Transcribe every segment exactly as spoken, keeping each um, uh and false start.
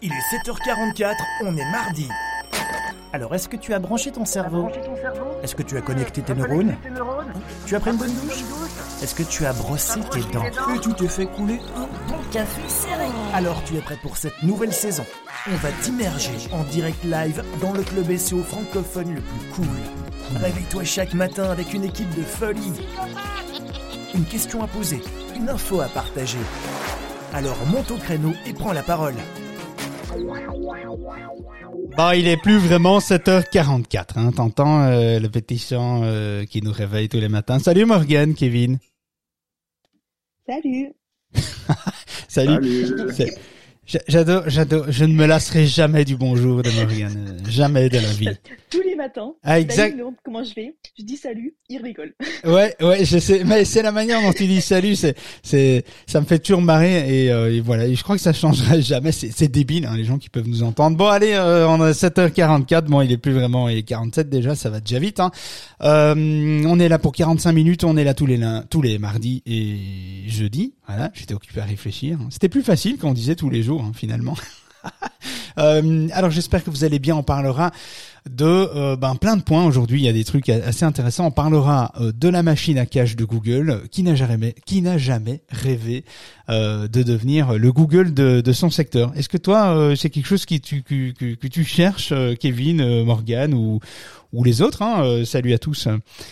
Il est sept heures quarante-quatre, on est mardi. Alors, est-ce que tu as branché ton cerveau ? Est-ce que tu as connecté tes neurones ? Tu as pris une bonne douche ? Est-ce que tu as brossé tes dents ? Et tu t'es fait couler un bon café serré ? Alors, tu es prêt pour cette nouvelle saison ? On va t'immerger en direct live dans le club S E O francophone le plus cool. Réveille-toi chaque matin avec une équipe de folie. Une question à poser, une info à partager. Alors monte au créneau et prends la parole. Bah, il est plus vraiment sept heures quarante-quatre, hein. T'entends euh, le petit chant euh, qui nous réveille tous les matins. Salut Morgane, Kevin. Salut. Salut. Salut. J'adore, j'adore. Je ne me lasserai jamais du bonjour de Morgane, jamais de la vie. Tous les matins. Ah, exact. Il me demande comment je vais. Je dis salut, il rigole. Ouais, ouais, je sais. Mais c'est la manière dont tu dis salut, c'est, c'est, ça me fait toujours marrer et, euh, et voilà. Et je crois que ça changera jamais. C'est, c'est débile, hein, les gens qui peuvent nous entendre. Bon, allez, euh, on a sept heures quarante-quatre. Bon, il est plus vraiment, il est quarante-sept déjà. Ça va déjà vite, hein. Euh, on est là pour quarante-cinq minutes. On est là tous les lundis, tous les mardis et jeudis. Voilà. J'étais occupé à réfléchir. C'était plus facile quand on disait tous les jours. Hein, finalement. euh, alors j'espère que vous allez bien. On parlera de euh, ben plein de points aujourd'hui. Il y a des trucs assez intéressants. On parlera euh, de la machine à cache de Google, qui n'a jamais, qui n'a jamais rêvé euh, de devenir le Google de, de son secteur. Est-ce que toi, euh, c'est quelque chose qui tu, que, que, que tu cherches, euh, Kevin, euh, Morgane ou ou les autres, hein, euh, salut à tous.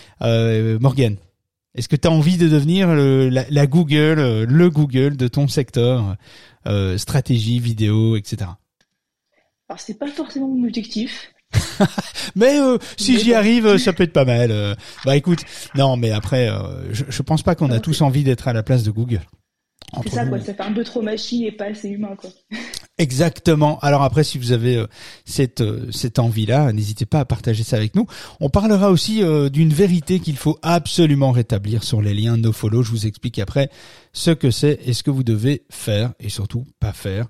Euh, Morgane, est-ce que tu as envie de devenir le, la, la Google, le Google de ton secteur? Euh, stratégie, vidéo, et cetera. Alors c'est pas forcément mon objectif. mais euh, si mais j'y bon. arrive, ça peut être pas mal. Euh, bah écoute, non mais après, euh, je, je pense pas qu'on a tous envie d'être à la place de Google. C'est ça, quoi. Ça fait un peu trop machine et pas assez humain, quoi. Exactement. Alors après, si vous avez euh, cette euh, cette envie-là, n'hésitez pas à partager ça avec nous. On parlera aussi euh, d'une vérité qu'il faut absolument rétablir sur les liens nofollow. Je vous explique après ce que c'est et ce que vous devez faire et surtout pas faire.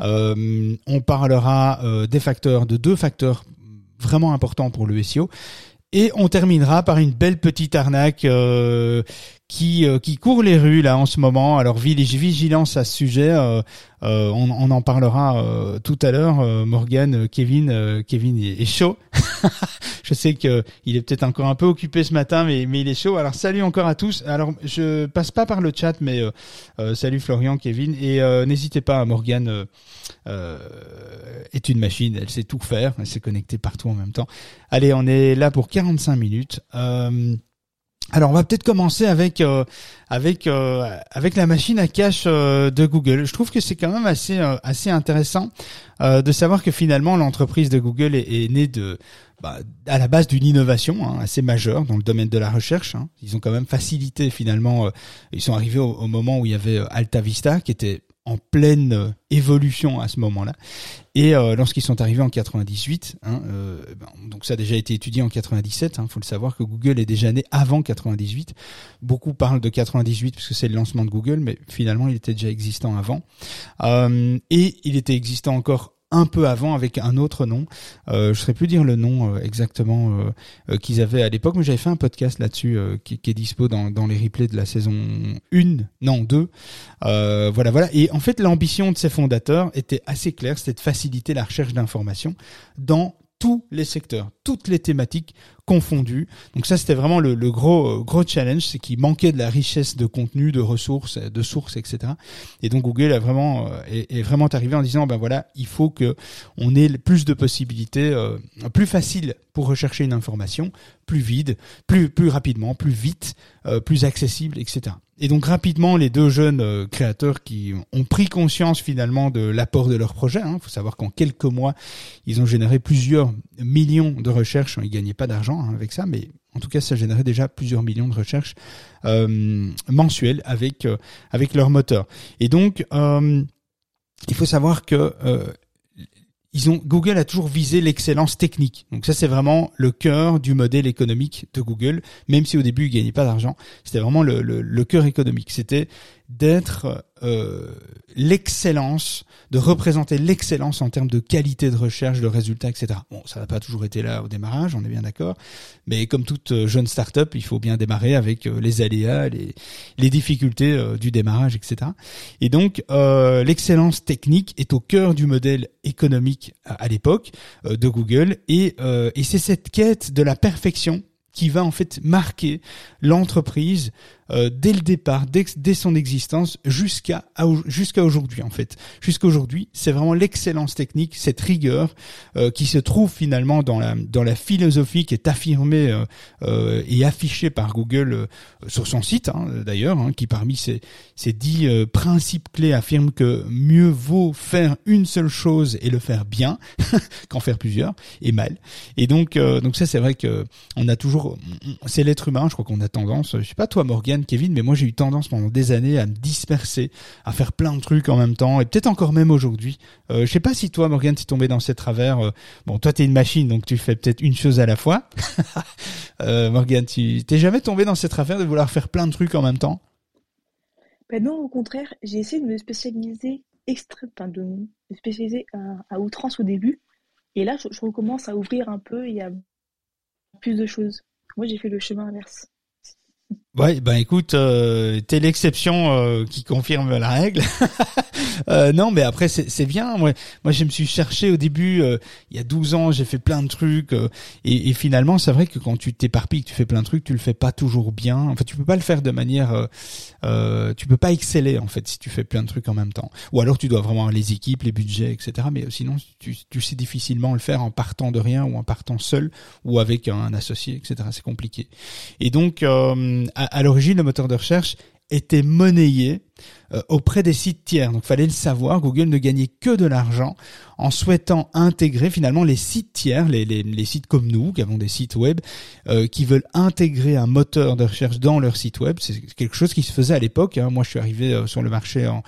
Euh, on parlera euh, des facteurs, de deux facteurs vraiment importants pour le S E O. Et on terminera par une belle petite arnaque euh, qui euh, qui court les rues là en ce moment. Alors vigilance à ce sujet. Euh, euh, on, on en parlera euh, tout à l'heure. Euh, Morgane, Kevin, euh, Kevin est, est chaud. Je sais que il est peut-être encore un peu occupé ce matin, mais mais il est chaud. Alors salut encore à tous. Alors je passe pas par le chat, mais euh, euh, salut Florian, Kevin, et euh, n'hésitez pas. Morgane euh, euh, est une machine. Elle sait tout faire. Elle s'est connectée partout en même temps. Allez, on est là pour quarante-cinq minutes. Euh, alors, on va peut-être commencer avec euh, avec euh, avec la machine à cache euh, de Google. Je trouve que c'est quand même assez euh, assez intéressant euh, de savoir que finalement l'entreprise de Google est, est née de bah, à la base d'une innovation hein, assez majeure dans le domaine de la recherche. Hein. Ils ont quand même facilité finalement. Euh, ils sont arrivés au, au moment où il y avait Alta Vista qui était en pleine euh, évolution à ce moment-là. Et euh, lorsqu'ils sont arrivés en quatre-vingt-dix-huit, hein, euh, ben, donc ça a déjà été étudié en quatre-vingt-dix-sept, hein, faut le savoir que Google est déjà né avant quatre-vingt-dix-huit. Beaucoup parlent de quatre-vingt-dix-huit parce que c'est le lancement de Google, mais finalement il était déjà existant avant. Euh, et il était existant encore un peu avant avec un autre nom. Euh, je ne saurais plus dire le nom euh, exactement euh, euh, qu'ils avaient à l'époque, mais j'avais fait un podcast là-dessus euh, qui, qui est dispo dans, dans les replays de la saison un, non deux. Euh, voilà, voilà. Et en fait, l'ambition de ces fondateurs était assez claire, c'était de faciliter la recherche d'informations dans tous les secteurs, toutes les thématiques confondues. Donc ça, c'était vraiment le, le gros gros challenge, c'est qu'il manquait de la richesse de contenu, de ressources, de sources, et cetera. Et donc Google a vraiment est, est vraiment arrivé en disant ben voilà, il faut que on ait plus de possibilités, euh, plus facile pour rechercher une information, plus vite, plus plus rapidement, plus vite, euh, plus accessible, et cetera. Et donc rapidement, les deux jeunes euh, créateurs qui ont pris conscience finalement de l'apport de leur projet. Il hein. faut savoir qu'en quelques mois, ils ont généré plusieurs millions de recherches. Ils gagnaient pas d'argent hein, avec ça, mais en tout cas, ça générait déjà plusieurs millions de recherches euh, mensuelles avec euh, avec leur moteur. Et donc, euh, il faut savoir que euh, Ils ont, Google a toujours visé l'excellence technique. Donc ça, c'est vraiment le cœur du modèle économique de Google. Même si au début, ils gagnaient pas d'argent, c'était vraiment le, le, le cœur économique. C'était d'être euh, l'excellence, de représenter l'excellence en termes de qualité de recherche, de résultats, et cetera. Bon, ça n'a pas toujours été là au démarrage, on est bien d'accord, mais comme toute jeune start-up, il faut bien démarrer avec les aléas, les, les difficultés euh, du démarrage, et cetera. Et donc, euh, l'excellence technique est au cœur du modèle économique à, à l'époque euh, de Google, et, euh, et c'est cette quête de la perfection qui va en fait marquer l'entreprise euh, dès le départ, dès, dès son existence, jusqu'à jusqu'à aujourd'hui en fait. Jusqu'à aujourd'hui, c'est vraiment l'excellence technique, cette rigueur euh, qui se trouve finalement dans la dans la philosophie qui est affirmée euh, euh, et affichée par Google euh, sur son site hein, d'ailleurs, hein, qui parmi ces ces dix euh, principes clés affirme que mieux vaut faire une seule chose et le faire bien qu'en faire plusieurs et mal. Et donc euh, donc ça c'est vrai que on a toujours, c'est l'être humain, je crois qu'on a tendance, je sais pas toi Morgane, Kevin, mais moi j'ai eu tendance pendant des années à me disperser, à faire plein de trucs en même temps, et peut-être encore même aujourd'hui. Euh, je sais pas si toi Morgane t'es tombé dans ces travers. Euh, bon, toi t'es une machine, donc tu fais peut-être une chose à la fois. euh, Morgane, tu t'es jamais tombé dans ces travers de vouloir faire plein de trucs en même temps? Ben non, au contraire, j'ai essayé de me spécialiser extré... enfin, de me spécialiser à, à outrance au début, et là je, je recommence à ouvrir un peu et à plus de choses. Moi j'ai fait le chemin inverse. Ouais, ben écoute, euh, t'es l'exception euh, qui confirme la règle. euh, non, mais après c'est c'est bien. Moi, moi je me suis cherché au début. Euh, il y a douze ans, j'ai fait plein de trucs euh, et, et finalement, c'est vrai que quand tu t'éparpilles, que tu fais plein de trucs, tu le fais pas toujours bien. Enfin, tu peux pas le faire de manière. Euh, euh, tu peux pas exceller en fait si tu fais plein de trucs en même temps. Ou alors tu dois vraiment avoir les équipes, les budgets, et cetera. Mais sinon, tu tu sais difficilement le faire en partant de rien ou en partant seul ou avec un associé, et cetera. C'est compliqué. Et donc euh, à, à l'origine, le moteur de recherche était monnayé euh, auprès des sites tiers. Donc, fallait le savoir, Google ne gagnait que de l'argent en souhaitant intégrer finalement les sites tiers, les, les, les sites comme nous, qui avons des sites web, euh, qui veulent intégrer un moteur de recherche dans leur site web. C'est quelque chose qui se faisait à l'époque. Hein. Moi, je suis arrivé euh, sur le marché en,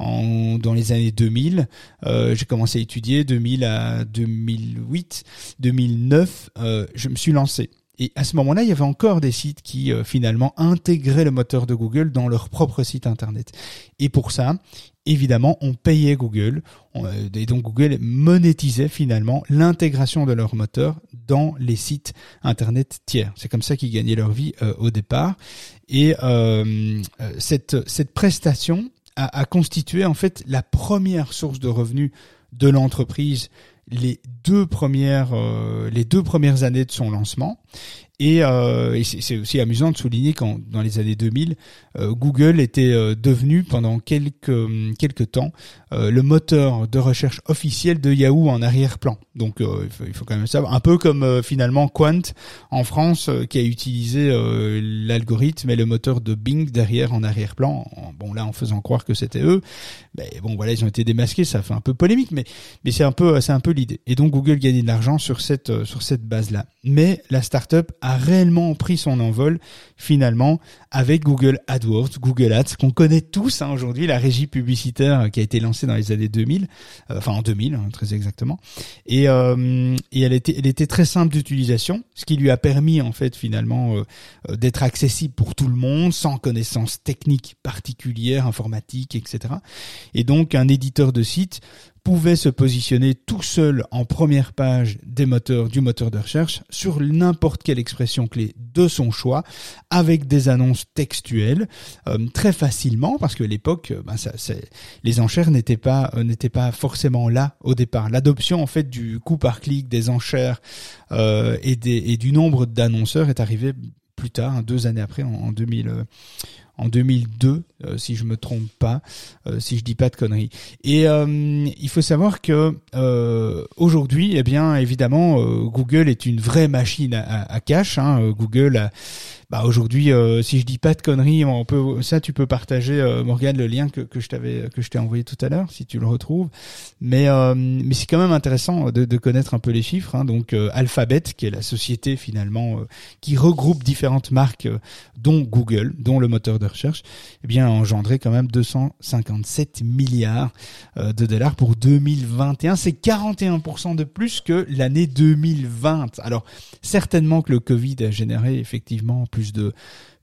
en dans les années deux mille. Euh, j'ai commencé à étudier deux mille à deux mille huit, deux mille neuf. Euh, je me suis lancé. Et à ce moment-là, il y avait encore des sites qui euh, finalement intégraient le moteur de Google dans leur propre site internet. Et pour ça, évidemment, on payait Google. On, euh, et donc Google monétisait finalement l'intégration de leur moteur dans les sites internet tiers. C'est comme ça qu'ils gagnaient leur vie euh, au départ. Et euh, cette, cette prestation a, a constitué en fait la première source de revenus de l'entreprise les deux premières euh, les deux premières années de son lancement. Et, euh, et c'est, c'est aussi amusant de souligner qu'en dans les années deux mille, euh, Google était euh, devenu pendant quelques quelques temps euh, le moteur de recherche officiel de Yahoo en arrière-plan. Donc euh, il, faut, il faut quand même savoir, un peu comme euh, finalement Quant en France euh, qui a utilisé euh, l'algorithme et le moteur de Bing derrière en arrière-plan. En, bon là en faisant croire que c'était eux. Mais bon voilà, ils ont été démasqués, ça fait un peu polémique, mais mais c'est un peu c'est un peu l'idée. Et donc Google gagnait de l'argent sur cette euh, sur cette base-là. Mais la start-up a réellement pris son envol finalement avec Google AdWords, Google Ads, qu'on connaît tous hein, aujourd'hui, la régie publicitaire qui a été lancée dans les années deux mille, euh, enfin en deux mille hein, très exactement. Et, euh, et elle était, elle était très simple d'utilisation, ce qui lui a permis en fait finalement euh, d'être accessible pour tout le monde, sans connaissances techniques particulières, informatiques, et cetera. Et donc un éditeur de site pouvait se positionner tout seul en première page des moteurs du moteur de recherche sur n'importe quelle expression clé de son choix, avec des annonces textuelles euh, très facilement, parce que à l'époque, ben ça, c'est, les enchères n'étaient pas euh, n'étaient pas forcément là au départ. L'adoption en fait du coût par clic, des enchères euh, et, des, et du nombre d'annonceurs est arrivée plus tard, hein, deux années après, en, en deux mille. Euh, en deux mille deux, euh, si je me trompe pas, euh, si je dis pas de conneries. Et euh, il faut savoir que euh, aujourd'hui, eh bien évidemment, euh, Google est une vraie machine à, à, à cache. Hein. Google a Bah aujourd'hui, euh, si je dis pas de conneries, on peut ça, tu peux partager euh, Morgane le lien que que je t'avais que je t'ai envoyé tout à l'heure, si tu le retrouves. Mais euh, mais c'est quand même intéressant de, de connaître un peu les chiffres. Hein. Donc euh, Alphabet, qui est la société finalement euh, qui regroupe différentes marques, euh, dont Google, dont le moteur de recherche, eh bien a engendré quand même deux cent cinquante-sept milliards euh, de dollars pour deux mille vingt et un. C'est quarante et un pour cent de plus que l'année deux mille vingt. Alors certainement que le Covid a généré effectivement plus de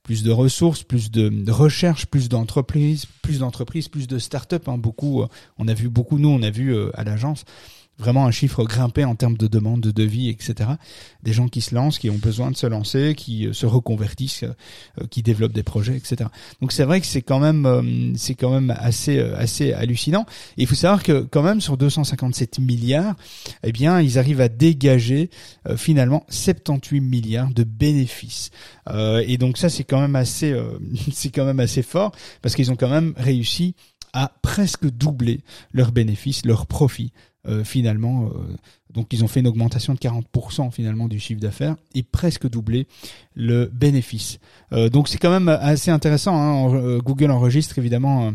plus de ressources, plus de, de recherche, plus d'entreprises, plus d'entreprises, plus de start-up. Hein, beaucoup, euh, on a vu beaucoup, nous, on a vu euh, à l'agence vraiment un chiffre grimpé en termes de demande, de devis, et cetera. Des gens qui se lancent, qui ont besoin de se lancer, qui euh, se reconvertissent, euh, qui développent des projets, et cetera. Donc c'est vrai que c'est quand même, euh, c'est quand même assez, euh, assez hallucinant. Et il faut savoir que quand même sur deux cent cinquante-sept milliards, eh bien ils arrivent à dégager euh, finalement soixante-dix-huit milliards de bénéfices. Euh, et donc ça c'est quand même assez, euh, c'est quand même assez fort parce qu'ils ont quand même réussi à presque doubler leurs bénéfices, leurs profits. Euh, finalement, euh, donc ils ont fait une augmentation de quarante pour cent finalement du chiffre d'affaires et presque doublé le bénéfice. Euh, donc c'est quand même assez intéressant. Hein. Euh, Google enregistre évidemment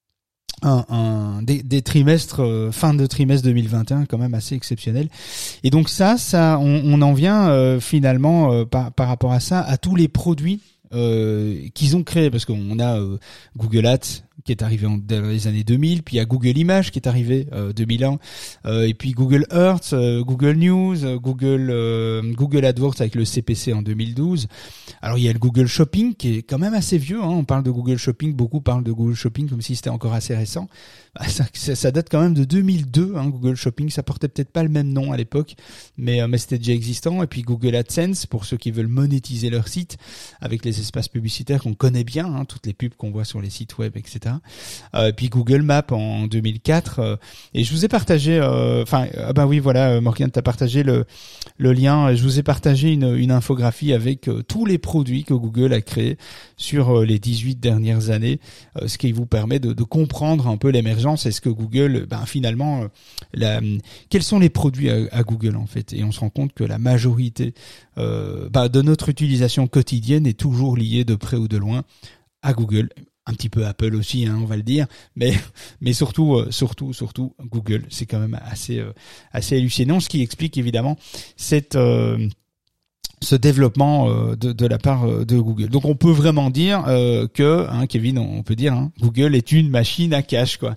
un, un des, des trimestres euh, fin de trimestre deux mille vingt et un quand même assez exceptionnel. Et donc ça, ça, on, on en vient euh, finalement euh, par, par rapport à ça à tous les produits euh, qu'ils ont créés parce qu'on a euh, Google Ads qui est arrivé en, dans les années deux mille, puis il y a Google Images qui est arrivé euh, deux mille un, euh, et puis Google Earth, euh, Google News, euh, Google euh, Google AdWords avec le C P C en deux mille douze. Alors il y a le Google Shopping qui est quand même assez vieux, hein. On parle de Google Shopping, beaucoup parlent de Google Shopping comme si c'était encore assez récent. Bah, ça, ça, ça date quand même de deux mille deux, hein, Google Shopping, ça portait peut-être pas le même nom à l'époque, mais, euh, mais c'était déjà existant. Et puis Google AdSense pour ceux qui veulent monétiser leur site avec les espaces publicitaires qu'on connaît bien, hein, toutes les pubs qu'on voit sur les sites web, et cetera. Euh, puis Google Maps en deux mille quatre, euh, et je vous ai partagé, enfin, euh, ah bah oui, voilà, Morgane t'as partagé le le lien. Je vous ai partagé une une infographie avec euh, tous les produits que Google a créés sur euh, les dix-huit dernières années, euh, ce qui vous permet de, de comprendre un peu l'émergence. Est-ce que Google, ben finalement, euh, la, quels sont les produits à, à Google en fait? Et on se rend compte que la majorité euh, bah, de notre utilisation quotidienne est toujours liée de près ou de loin à Google. Un petit peu Apple aussi, hein, on va le dire, mais mais surtout, euh, surtout, surtout Google. C'est quand même assez euh, assez hallucinant, ce qui explique évidemment cette euh, ce développement euh, de, de la part euh, de Google. Donc on peut vraiment dire euh, que, hein, Kevin, on peut dire, hein, Google est une machine à cash, quoi.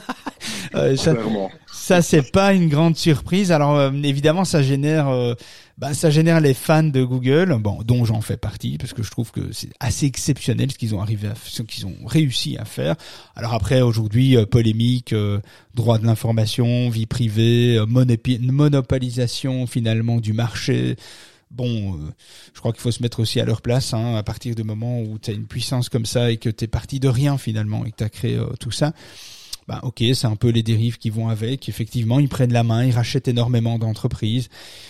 euh, ça, ça c'est pas une grande surprise. Alors euh, évidemment, ça génère, euh, bah, ça génère les fans de Google, bon, dont j'en fais partie, parce que je trouve que c'est assez exceptionnel ce qu'ils ont arrivé à, ce qu'ils ont réussi à faire. Alors après, aujourd'hui, euh, polémique, euh, droit de l'information, vie privée, euh, monopi- monopolisation finalement du marché. Bon, euh, je crois qu'il faut se mettre aussi à leur place, hein, à partir du moment où tu as une puissance comme ça et que tu es parti de rien finalement et que tu as créé euh, tout ça. Bah ok, c'est un peu les dérives qui vont avec. Effectivement, ils prennent la main, ils rachètent énormément d'entreprises.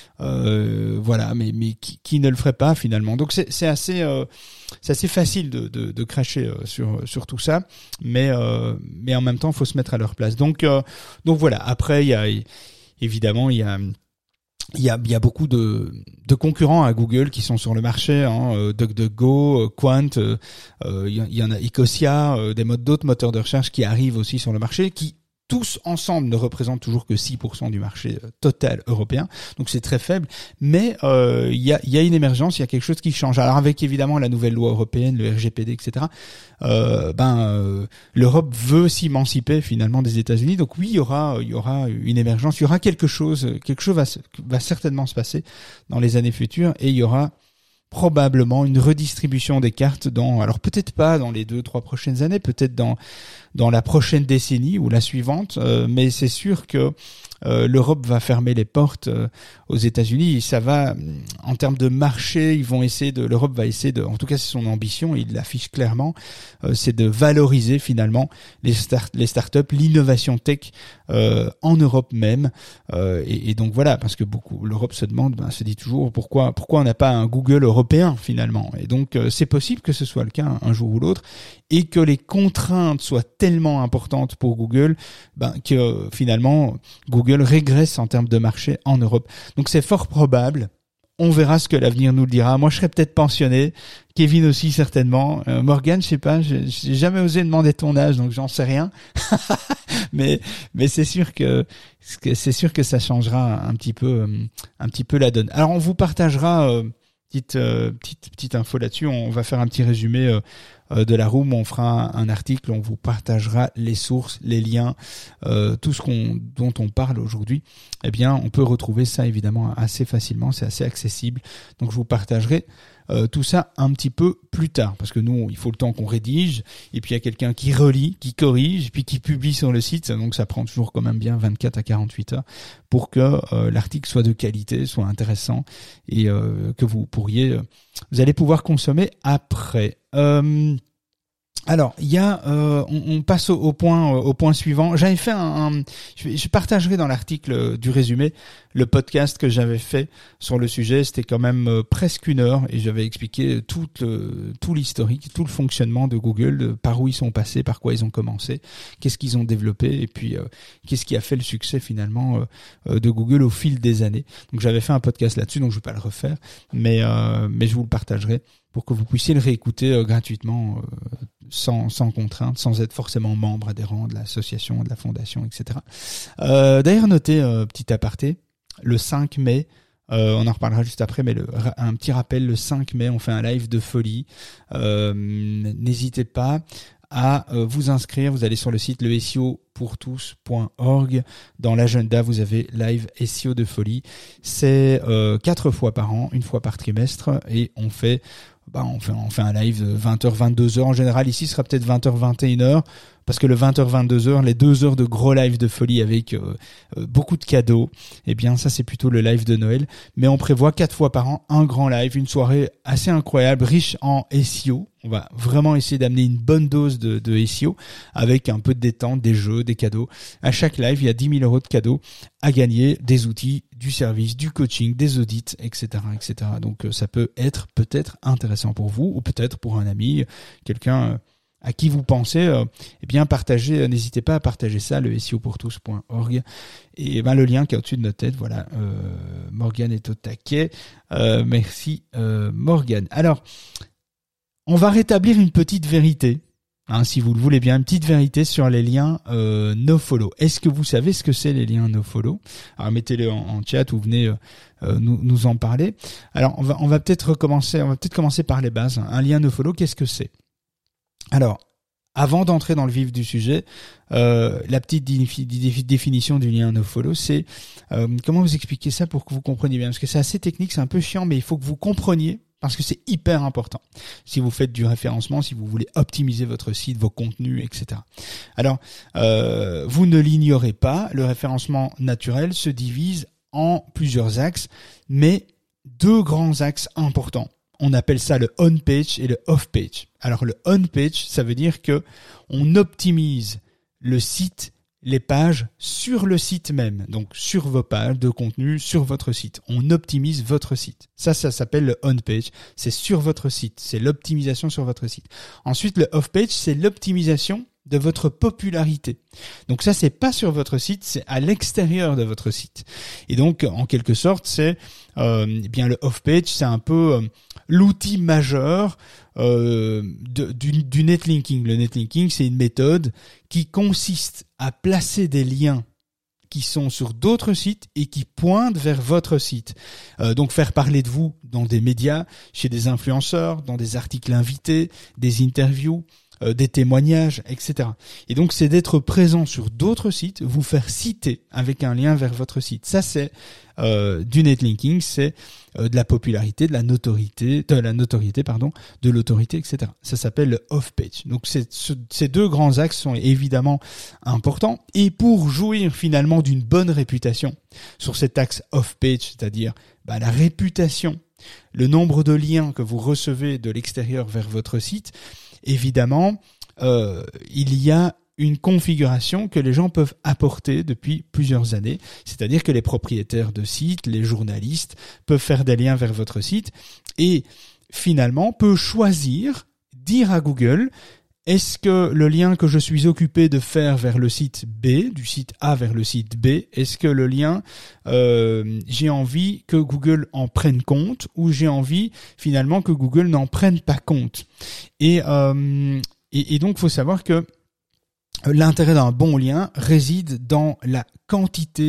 Euh, voilà, mais mais qui, qui ne le ferait pas finalement. Donc c'est c'est assez euh, c'est assez facile de de, de cracher euh, sur sur tout ça, mais euh, mais en même temps, il faut se mettre à leur place. Donc euh, donc voilà. Après, il y a évidemment il y a Il y a, il y a beaucoup de, de concurrents à Google qui sont sur le marché, hein, euh, DuckDuckGo, euh, Quant, euh, euh, il y en a Ecosia, euh, des modes d'autres moteurs de recherche qui arrivent aussi sur le marché, qui tous ensemble ne représentent toujours que six pour cent du marché total européen, donc c'est très faible, mais euh, il y a, il y a une émergence, il y a quelque chose qui change. Alors avec évidemment la nouvelle loi européenne, le R G P D, et cetera, euh, ben euh, l'Europe veut s'émanciper finalement des États-Unis, donc oui, il y aura, il y aura une émergence, il y aura quelque chose, quelque chose va, va certainement se passer dans les années futures, et il y aura probablement une redistribution des cartes dans, alors peut-être pas dans les deux, trois prochaines années, peut-être dans dans la prochaine décennie ou la suivante, euh, mais c'est sûr que euh, l'Europe va fermer les portes euh, aux États-Unis. Et ça va, en termes de marché, ils vont essayer de, l'Europe va essayer de, en tout cas c'est son ambition, il l'affiche clairement, euh, c'est de valoriser finalement les start, les startups, l'innovation tech euh, en Europe même. Euh, et, et donc voilà, parce que beaucoup, l'Europe se demande, ben, se dit toujours pourquoi, pourquoi on n'a pas un Google européen finalement. Et donc euh, c'est possible que ce soit le cas un jour ou l'autre, et que les contraintes soient tellement importantes pour Google, ben, que euh, finalement Google régresse en termes de marché en Europe. Donc c'est fort probable. On verra ce que l'avenir nous le dira. Moi, je serais peut-être pensionné. Kevin aussi, certainement. Euh, Morgane, je sais pas. J'ai, j'ai jamais osé demander ton âge, donc j'en sais rien. mais mais c'est sûr que c'est sûr que ça changera un petit peu un petit peu la donne. Alors, on vous partagera euh, petite euh, petite petite info là-dessus. On va faire un petit résumé. Euh, euh, de la room, on fera un article, on vous partagera les sources, les liens, euh, tout ce qu'on dont on parle aujourd'hui. Eh bien, on peut retrouver ça évidemment assez facilement, c'est assez accessible. Donc je vous partagerai Euh, tout ça un petit peu plus tard, parce que nous, il faut le temps qu'on rédige, et puis il y a quelqu'un qui relit, qui corrige, et puis qui publie sur le site, donc ça prend toujours quand même bien vingt-quatre à quarante-huit heures pour que euh, l'article soit de qualité, soit intéressant, et euh, que vous pourriez, euh, vous allez pouvoir consommer après. Euh, Alors, il y a, euh, on, on passe au, au point, au point suivant. J'avais fait un, un je, je partagerai dans l'article du résumé le podcast que j'avais fait sur le sujet. C'était quand même euh, presque une heure et j'avais expliqué tout le, tout l'historique, tout le fonctionnement de Google, de par où ils sont passés, par quoi ils ont commencé, qu'est-ce qu'ils ont développé et puis euh, qu'est-ce qui a fait le succès finalement euh, de Google au fil des années. Donc j'avais fait un podcast là-dessus, donc je vais pas le refaire, mais euh, mais je vous le partagerai pour que vous puissiez le réécouter euh, gratuitement, euh, sans, sans contrainte, sans être forcément membre adhérent de l'association, de la fondation, et cetera. Euh, d'ailleurs, notez, euh, petit aparté, le cinq mai, euh, on en reparlera juste après, mais le, un petit rappel, le cinq mai, on fait un live de folie. Euh, n'hésitez pas à euh, vous inscrire, vous allez sur le site le S E O pour tous point org. Dans l'agenda, vous avez live S E O de folie. C'est euh, quatre fois par an, une fois par trimestre, et on fait Bah, on fait, on fait un live de vingt heures, vingt-deux heures. En général, ici, ce sera peut-être vingt heures, vingt et une heures. Parce que le vingt heures, vingt-deux heures, les deux heures de gros live de folie avec euh, euh, beaucoup de cadeaux, eh bien, ça, c'est plutôt le live de Noël. Mais on prévoit quatre fois par an un grand live, une soirée assez incroyable, riche en S E O. On va vraiment essayer d'amener une bonne dose de, de S E O avec un peu de détente, des jeux, des cadeaux. À chaque live, il y a dix mille euros de cadeaux à gagner, des outils, du service, du coaching, des audits, et cetera, et cetera. Donc, ça peut être peut-être intéressant pour vous ou peut-être pour un ami, quelqu'un à qui vous pensez, euh, eh bien, partagez, n'hésitez pas à partager ça, le S E O pour tous point org. Et ben, le lien qui est au-dessus de notre tête, voilà, euh, Morgane est au taquet. Euh, merci, euh, Morgane. Alors, on va rétablir une petite vérité. Hein, si vous le voulez bien, une petite vérité sur les liens euh, nofollow. Est-ce que vous savez ce que c'est les liens nofollow? Alors mettez-le en, en chat ou venez euh, nous, nous en parler. Alors on va on va peut-être recommencer, on va peut-être commencer par les bases. Un lien nofollow, qu'est-ce que c'est? Alors, avant d'entrer dans le vif du sujet, euh, la petite définition du lien nofollow, c'est euh, comment vous expliquer ça pour que vous compreniez bien, parce que c'est assez technique, c'est un peu chiant, mais il faut que vous compreniez. Parce que c'est hyper important. Si vous faites du référencement, si vous voulez optimiser votre site, vos contenus, et cetera. Alors, euh, vous ne l'ignorez pas, le référencement naturel se divise en plusieurs axes, mais deux grands axes importants. On appelle ça le on-page et le off-page. Alors, le on-page, ça veut dire que on optimise le site, les pages sur le site même, donc sur vos pages de contenu, sur votre site. On optimise votre site. Ça, ça s'appelle le on-page. C'est sur votre site. C'est l'optimisation sur votre site. Ensuite, le off-page, c'est l'optimisation de votre popularité. Donc ça, c'est pas sur votre site, c'est à l'extérieur de votre site. Et donc, en quelque sorte, c'est euh, eh bien le off-page, c'est un peu euh, l'outil majeur euh, de, du, du netlinking. Le netlinking, c'est une méthode qui consiste à placer des liens qui sont sur d'autres sites et qui pointent vers votre site. Euh, donc faire parler de vous dans des médias, chez des influenceurs, dans des articles invités, des interviews, euh, des témoignages, et cetera. Et donc c'est d'être présent sur d'autres sites, vous faire citer avec un lien vers votre site. Ça c'est euh, du netlinking, c'est euh, de la popularité, de la notoriété, de la notoriété pardon, de l'autorité, et cetera. Ça s'appelle le off-page. Donc c'est, ce, ces deux grands axes sont évidemment importants. Et pour jouir finalement d'une bonne réputation sur cet axe off-page, c'est-à-dire bah, la réputation, le nombre de liens que vous recevez de l'extérieur vers votre site, évidemment, euh, il y a une configuration que les gens peuvent apporter depuis plusieurs années. C'est-à-dire que les propriétaires de sites, les journalistes peuvent faire des liens vers votre site et finalement peut choisir, dire à Google, est-ce que le lien que je suis occupé de faire vers le site B, du site A vers le site B, est-ce que le lien, euh, j'ai envie que Google en prenne compte ou j'ai envie finalement que Google n'en prenne pas compte. Et, euh, et, et donc, il faut savoir que l'intérêt d'un bon lien réside dans la quantité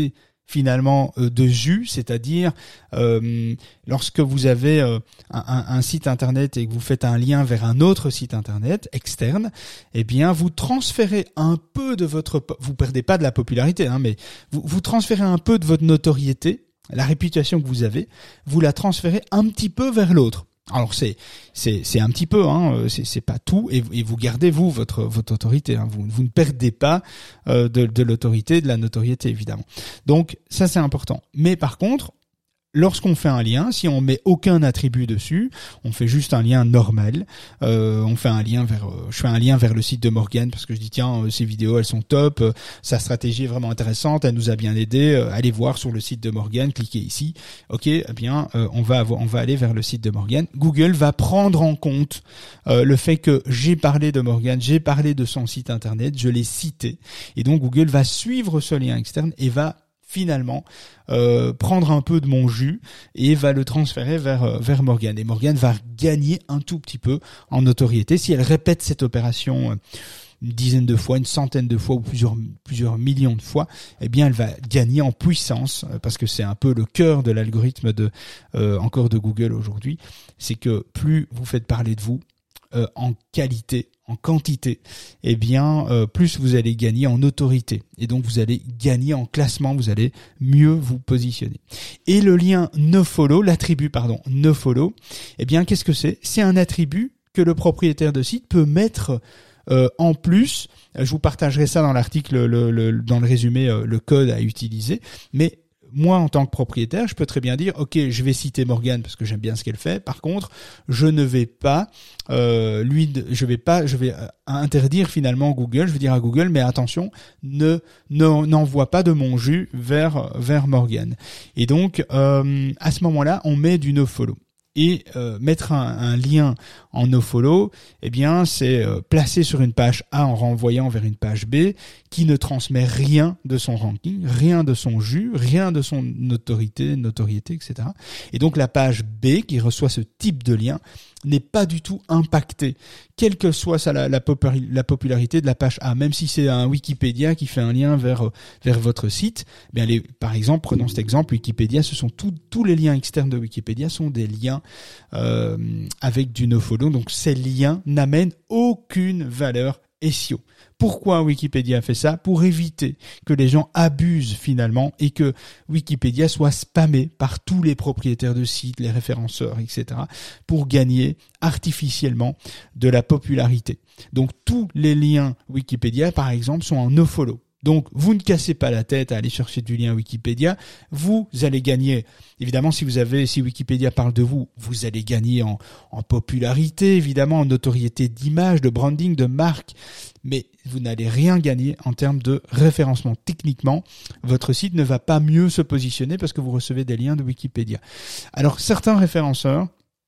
finalement euh, de jus, c'est-à-dire euh, lorsque vous avez euh, un, un, un site internet et que vous faites un lien vers un autre site internet externe, eh bien vous transférez un peu de votre, vous perdez pas de la popularité, hein, mais vous, vous transférez un peu de votre notoriété, la réputation que vous avez, vous la transférez un petit peu vers l'autre. Alors c'est c'est c'est un petit peu, hein, c'est c'est pas tout, et, et vous gardez vous votre votre autorité, hein, vous vous ne perdez pas euh, de de l'autorité, de la notoriété évidemment. Donc ça c'est important. Mais par contre, lorsqu'on fait un lien, si on met aucun attribut dessus, on fait juste un lien normal. Euh, on fait un lien vers, euh, je fais un lien vers le site de Morgane parce que je dis tiens, euh, ces vidéos elles sont top, euh, sa stratégie est vraiment intéressante, elle nous a bien aidé. Euh, allez voir sur le site de Morgane, cliquez ici. Ok, eh bien euh, on va avoir, on va aller vers le site de Morgane. Google va prendre en compte euh, le fait que j'ai parlé de Morgane, j'ai parlé de son site internet, je l'ai cité, et donc Google va suivre ce lien externe et va finalement euh, prendre un peu de mon jus et va le transférer vers euh, vers Morgane. Et Morgane va gagner un tout petit peu en notoriété si elle répète cette opération euh, une dizaine de fois, une centaine de fois ou plusieurs plusieurs millions de fois. Eh bien, elle va gagner en puissance euh, parce que c'est un peu le cœur de l'algorithme de euh, encore de Google aujourd'hui. C'est que plus vous faites parler de vous euh, en qualité, en quantité, eh bien euh, plus vous allez gagner en autorité et donc vous allez gagner en classement, vous allez mieux vous positionner. Et le lien nofollow, l'attribut pardon nofollow, eh bien qu'est-ce que c'est ? C'est un attribut que le propriétaire de site peut mettre euh, en plus. Je vous partagerai ça dans l'article, le, le, dans le résumé, euh, le code à utiliser, mais moi, en tant que propriétaire, je peux très bien dire, ok, je vais citer Morgane parce que j'aime bien ce qu'elle fait. Par contre, je ne vais pas, euh, lui, je vais pas, je vais interdire finalement Google. Je vais dire à Google, mais attention, ne, ne n'envoie pas de mon jus vers vers Morgane. Et donc, euh, à ce moment-là, on met du nofollow. Et euh, mettre un, un lien en nofollow, eh bien, c'est euh, placer sur une page A en renvoyant vers une page B qui ne transmet rien de son ranking, rien de son jus, rien de son autorité, notoriété, et cetera. Et donc la page B qui reçoit ce type de lien n'est pas du tout impactée, quelle que soit ça, la, la, popul- la popularité de la page A. Même si c'est un Wikipédia qui fait un lien vers vers votre site, eh bien les, par exemple, prenons cet exemple, Wikipédia, ce sont tous tous les liens externes de Wikipédia sont des liens euh, avec du nofollow. Donc ces liens n'amènent aucune valeur S E O. Pourquoi Wikipédia fait ça ? Pour éviter que les gens abusent finalement et que Wikipédia soit spammé par tous les propriétaires de sites, les référenceurs, et cetera, pour gagner artificiellement de la popularité. Donc tous les liens Wikipédia, par exemple, sont en nofollow. Donc, vous ne cassez pas la tête à aller chercher du lien Wikipédia. Vous allez gagner, évidemment, si vous avez, si Wikipédia parle de vous, vous allez gagner en, en popularité, évidemment, en notoriété d'image, de branding, de marque. Mais vous n'allez rien gagner en termes de référencement. Techniquement, votre site ne va pas mieux se positionner parce que vous recevez des liens de Wikipédia. Alors, certains référenceurs,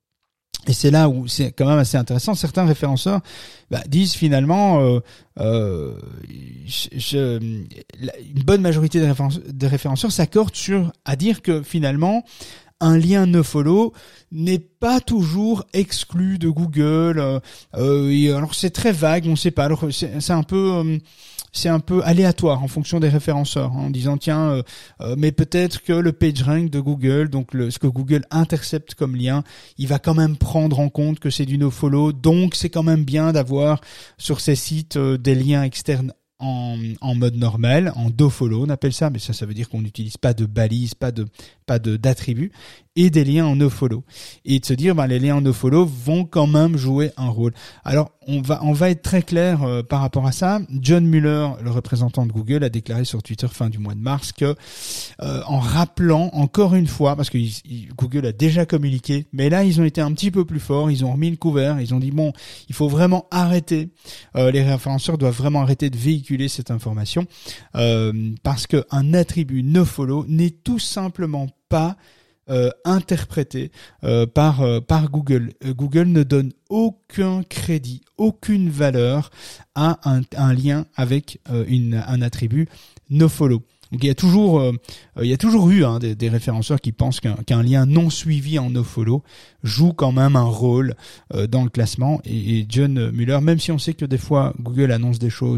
et c'est là où c'est quand même assez intéressant, certains référenceurs bah, disent finalement, euh, euh, je, je, une bonne majorité des, référenceurs, des référenceurs s'accordent sur à dire que finalement un lien nofollow n'est pas toujours exclu de Google. Euh, euh, et alors c'est très vague, on ne sait pas. Alors c'est, c'est un peu euh, c'est un peu aléatoire en fonction des référenceurs, hein, en disant tiens, euh, euh, mais peut-être que le PageRank de Google, donc le, ce que Google intercepte comme lien, il va quand même prendre en compte que c'est du nofollow, donc c'est quand même bien d'avoir sur ces sites euh, des liens externes en, en mode normal, en dofollow on appelle ça, mais ça ça veut dire qu'on n'utilise pas de balises, pas de pas de d'attributs, et des liens en nofollow. Et de se dire ben les liens en nofollow vont quand même jouer un rôle. Alors on va on va être très clair euh, par rapport à ça. John Mueller, le représentant de Google, a déclaré sur Twitter fin du mois de mars que euh, en rappelant encore une fois, parce que il, il, Google a déjà communiqué, mais là ils ont été un petit peu plus forts, ils ont remis le couvert, ils ont dit bon, il faut vraiment arrêter, euh, les référenceurs doivent vraiment arrêter de véhiculer cette information euh, parce que un attribut nofollow n'est tout simplement pas Euh, interprété euh, par euh, par Google. Euh, Google ne donne aucun crédit, aucune valeur à un, un lien avec euh, une, un attribut nofollow. Donc il y a toujours euh, il y a toujours eu hein, des, des référenceurs qui pensent qu'un, qu'un lien non suivi en nofollow joue quand même un rôle euh, dans le classement. Et, et John Mueller, même si on sait que des fois Google annonce des choses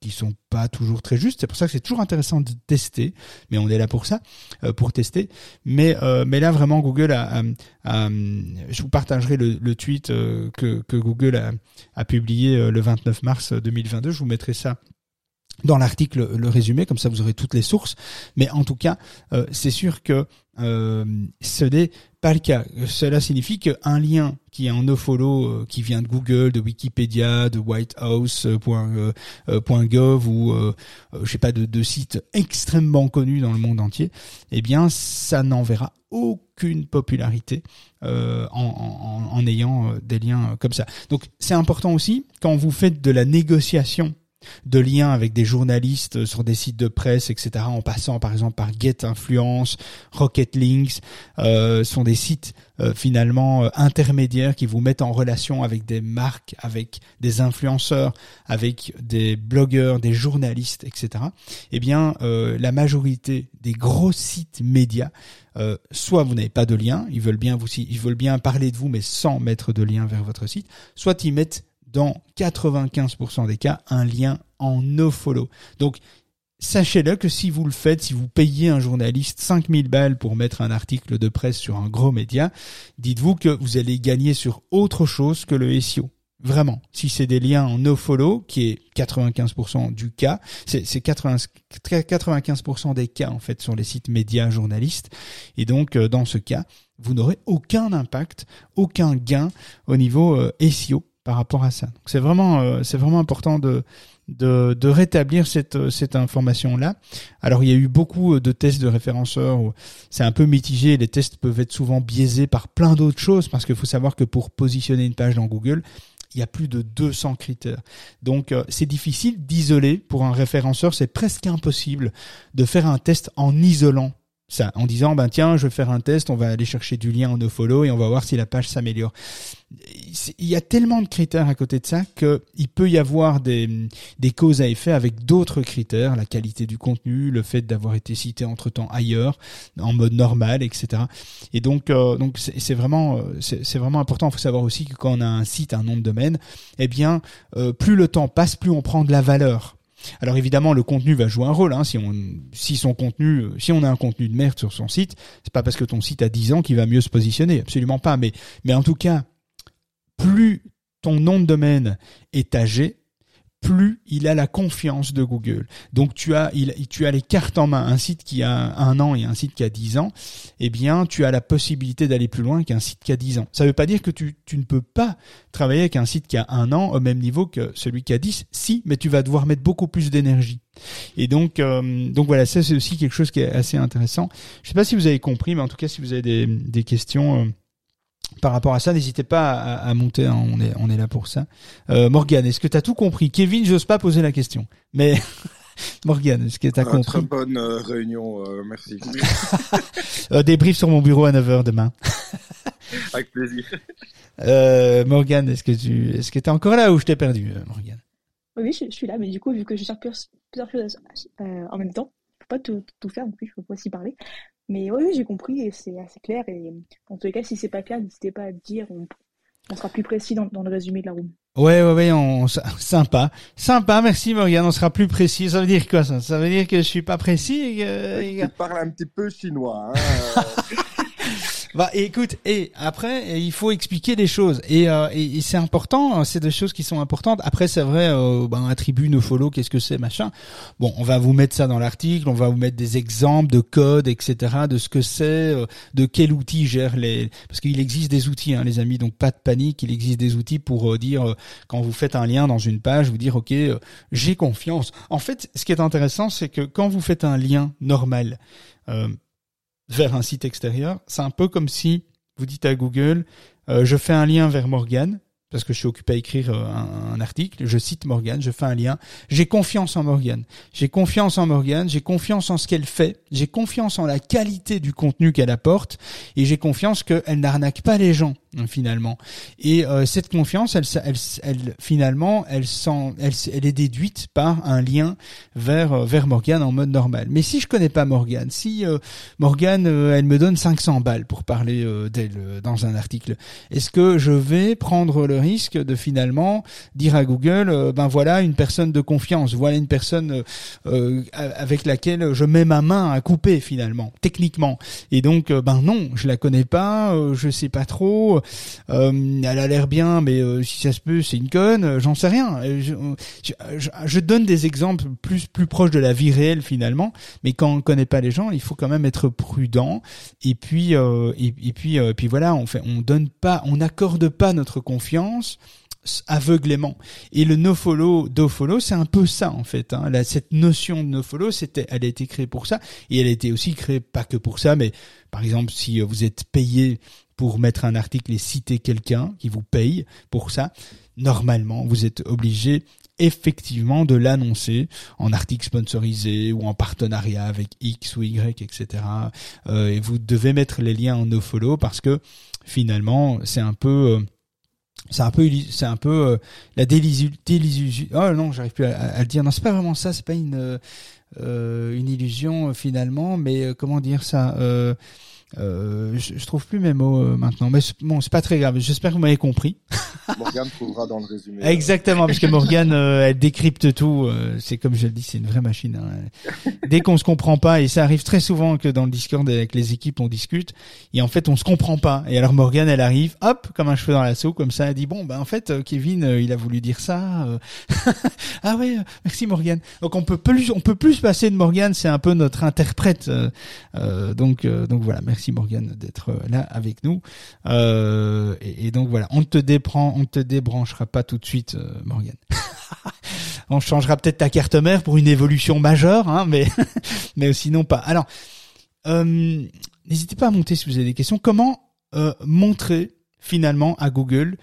qui sont pas toujours très justes. C'est pour ça que c'est toujours intéressant de tester, mais on est là pour ça, euh, pour tester. Mais euh, mais là vraiment Google a, a, a je vous partagerai le, le tweet euh, que que Google a, a publié euh, le vingt-neuf mars deux mille vingt-deux. Je vous mettrai ça dans l'article, le résumé, comme ça vous aurez toutes les sources. Mais en tout cas, euh, c'est sûr que euh, ce n'est pas le cas. Cela signifie qu'un lien qui est en nofollow, euh, qui vient de Google, de Wikipédia, de whitehouse point gov ou euh, je sais pas de, de sites extrêmement connus dans le monde entier, eh bien ça n'enverra aucune popularité euh, en, en, en ayant des liens comme ça. Donc c'est important aussi quand vous faites de la négociation de liens avec des journalistes sur des sites de presse, et cetera, en passant par exemple par Get Influence, Rocket Links, euh, sont des sites euh, finalement euh, intermédiaires qui vous mettent en relation avec des marques, avec des influenceurs, avec des blogueurs, des journalistes, et cetera. Eh bien, euh, la majorité des gros sites médias, euh, soit vous n'avez pas de lien, ils veulent bien vous, ils veulent bien parler de vous, mais sans mettre de lien vers votre site, soit ils mettent dans quatre-vingt-quinze pour cent des cas, un lien en nofollow. Donc, sachez-le que si vous le faites, si vous payez un journaliste cinq mille balles pour mettre un article de presse sur un gros média, dites-vous que vous allez gagner sur autre chose que le S E O. Vraiment. Si c'est des liens en nofollow, qui est quatre-vingt-quinze pour cent du cas, c'est, c'est quatre-vingt-quinze pour cent des cas, en fait, sur les sites médias journalistes. Et donc, dans ce cas, vous n'aurez aucun impact, aucun gain au niveau euh, S E O par rapport à ça. Donc c'est vraiment euh, c'est vraiment important de de de rétablir cette cette information là. Alors il y a eu beaucoup de tests de référenceurs où c'est un peu mitigé, les tests peuvent être souvent biaisés par plein d'autres choses parce qu'il faut savoir que pour positionner une page dans Google, il y a plus de deux cents critères. Donc euh, c'est difficile d'isoler pour un référenceur, c'est presque impossible de faire un test en isolant ça, en disant ben tiens, je vais faire un test, on va aller chercher du lien en nofollow et on va voir si la page s'améliore. Il y a tellement de critères à côté de ça que il peut y avoir des des causes à effet avec d'autres critères, la qualité du contenu, le fait d'avoir été cité entre-temps ailleurs, en mode normal, et cetera. Et donc euh, donc c'est, c'est vraiment c'est, c'est vraiment important. Il faut savoir aussi que quand on a un site, un nom de domaine, eh bien euh, plus le temps passe, plus on prend de la valeur. Alors évidemment, le contenu va jouer un rôle. Hein. Si on, si son contenu, si on a un contenu de merde sur son site, c'est pas parce que ton site a dix ans qu'il va mieux se positionner, absolument pas. Mais, mais en tout cas, plus ton nom de domaine est âgé, plus il a la confiance de Google. Donc tu as, il, tu as les cartes en main. Un site qui a un an et un site qui a dix ans, eh bien, tu as la possibilité d'aller plus loin qu'un site qui a dix ans. Ça ne veut pas dire que tu, tu ne peux pas travailler avec un site qui a un an au même niveau que celui qui a dix. Si, mais tu vas devoir mettre beaucoup plus d'énergie. Et donc, euh, donc voilà, ça c'est aussi quelque chose qui est assez intéressant. Je ne sais pas si vous avez compris, mais en tout cas, si vous avez des, des questions. Euh, Par rapport à ça, n'hésitez pas à, à monter, hein, on est on est là pour ça. Euh, Morgane, est-ce que tu as tout compris? Kevin, j'ose pas poser la question. Mais Morgane, est-ce que tu as compris? Très bonne euh, réunion, euh, merci. euh, débrief sur mon bureau à neuf heures demain. Avec plaisir. Euh, Morgane, est-ce que tu est-ce que tu es encore là ou je t'ai perdu, Morgane? Oui, je, je suis là, mais du coup, vu que je cherche plusieurs choses euh, en même temps, je peux pas tout, tout faire, donc oui, je peux pas aussi parler. Mais oui, oui, j'ai compris et c'est assez clair. Et en tous les cas, si c'est pas clair, n'hésitez pas à le dire. On, on sera plus précis dans, dans le résumé de la room. Ouais, ouais, ouais, on, sympa. Sympa, merci Morgane, on sera plus précis. Ça veut dire quoi ça? Ça veut dire que je suis pas précis et que... Tu parles un petit peu chinois, hein. Bah écoute, et après il faut expliquer les choses et, euh, et, et c'est important, c'est des choses qui sont importantes. Après c'est vrai, euh, ben attribut nofollow, qu'est-ce que c'est machin. Bon, on va vous mettre ça dans l'article, on va vous mettre des exemples de code, et cetera, de ce que c'est, euh, de quel outil gère les. Parce qu'il existe des outils, hein, les amis, donc pas de panique. Il existe des outils pour euh, dire euh, quand vous faites un lien dans une page, vous dire ok, euh, j'ai confiance. En fait, ce qui est intéressant, c'est que quand vous faites un lien normal. Euh, vers un site extérieur, c'est un peu comme si vous dites à Google euh, je fais un lien vers Morgane parce que je suis occupé à écrire euh, un, un article, je cite Morgane, je fais un lien, j'ai confiance en Morgane, j'ai confiance en Morgane, j'ai confiance en ce qu'elle fait, j'ai confiance en la qualité du contenu qu'elle apporte et j'ai confiance qu'elle n'arnaque pas les gens finalement. Et euh, cette confiance, elle, elle, elle finalement, elle, sent, elle, elle est déduite par un lien vers vers Morgane en mode normal. Mais si je connais pas Morgane, si euh, Morgane, euh, elle me donne cinq cents balles pour parler euh, d'elle euh, dans un article, est-ce que je vais prendre le risque de finalement dire à Google, euh, ben voilà une personne de confiance, voilà une personne euh, avec laquelle je mets ma main à couper finalement, techniquement. Et donc, euh, ben non, je la connais pas, euh, je sais pas trop, euh, elle a l'air bien, mais euh, si ça se peut, c'est une conne, euh, j'en sais rien. Je, je, je, je donne des exemples plus plus proches de la vie réelle finalement, mais quand on connaît pas les gens, il faut quand même être prudent. Et puis, euh, et, et puis, euh, et puis voilà, on fait, on donne pas, on n'accorde pas notre confiance aveuglément. Et le nofollow, dofollow, c'est un peu ça en fait. Hein. Là, cette notion de nofollow, c'était, elle a été créée pour ça, et elle a été aussi créée pas que pour ça, mais par exemple, si vous êtes payé pour mettre un article et citer quelqu'un qui vous paye pour ça, normalement, vous êtes obligé effectivement de l'annoncer en article sponsorisé ou en partenariat avec X ou Y, et cetera. Euh, et vous devez mettre les liens en nofollow parce que finalement, c'est un peu... Euh, c'est un peu c'est un peu euh, la désillusion. Oh non, j'arrive plus à, à, à le dire. Non, c'est pas vraiment ça, c'est pas une euh, une illusion euh, finalement, mais euh, comment dire ça euh, euh, je, je trouve plus mes mots euh, maintenant, mais c'est, bon, c'est pas très grave. J'espère que vous m'avez compris. Morgane trouvera dans le résumé. Exactement, parce que Morgane, euh, elle décrypte tout. Euh, c'est comme je le dis, c'est une vraie machine. Hein. Dès qu'on se comprend pas, et ça arrive très souvent que dans le Discord avec les équipes, on discute, et en fait, on se comprend pas. Et alors Morgane, elle arrive, hop, comme un cheveu dans la soupe, comme ça, elle dit bon, ben en fait, euh, Kevin, euh, il a voulu dire ça. Euh... ah ouais, euh, merci Morgane. Donc on peut plus, on peut plus se passer de Morgane. C'est un peu notre interprète. Euh, euh, donc, euh, donc voilà, merci Morgane d'être là avec nous. Euh, et, et donc voilà, on te déprend. On te débranchera pas tout de suite, euh, Morgane. On changera peut-être ta carte mère pour une évolution majeure, hein, mais mais sinon pas. Alors, euh, n'hésitez pas à monter si vous avez des questions. Comment euh, montrer finalement à Google,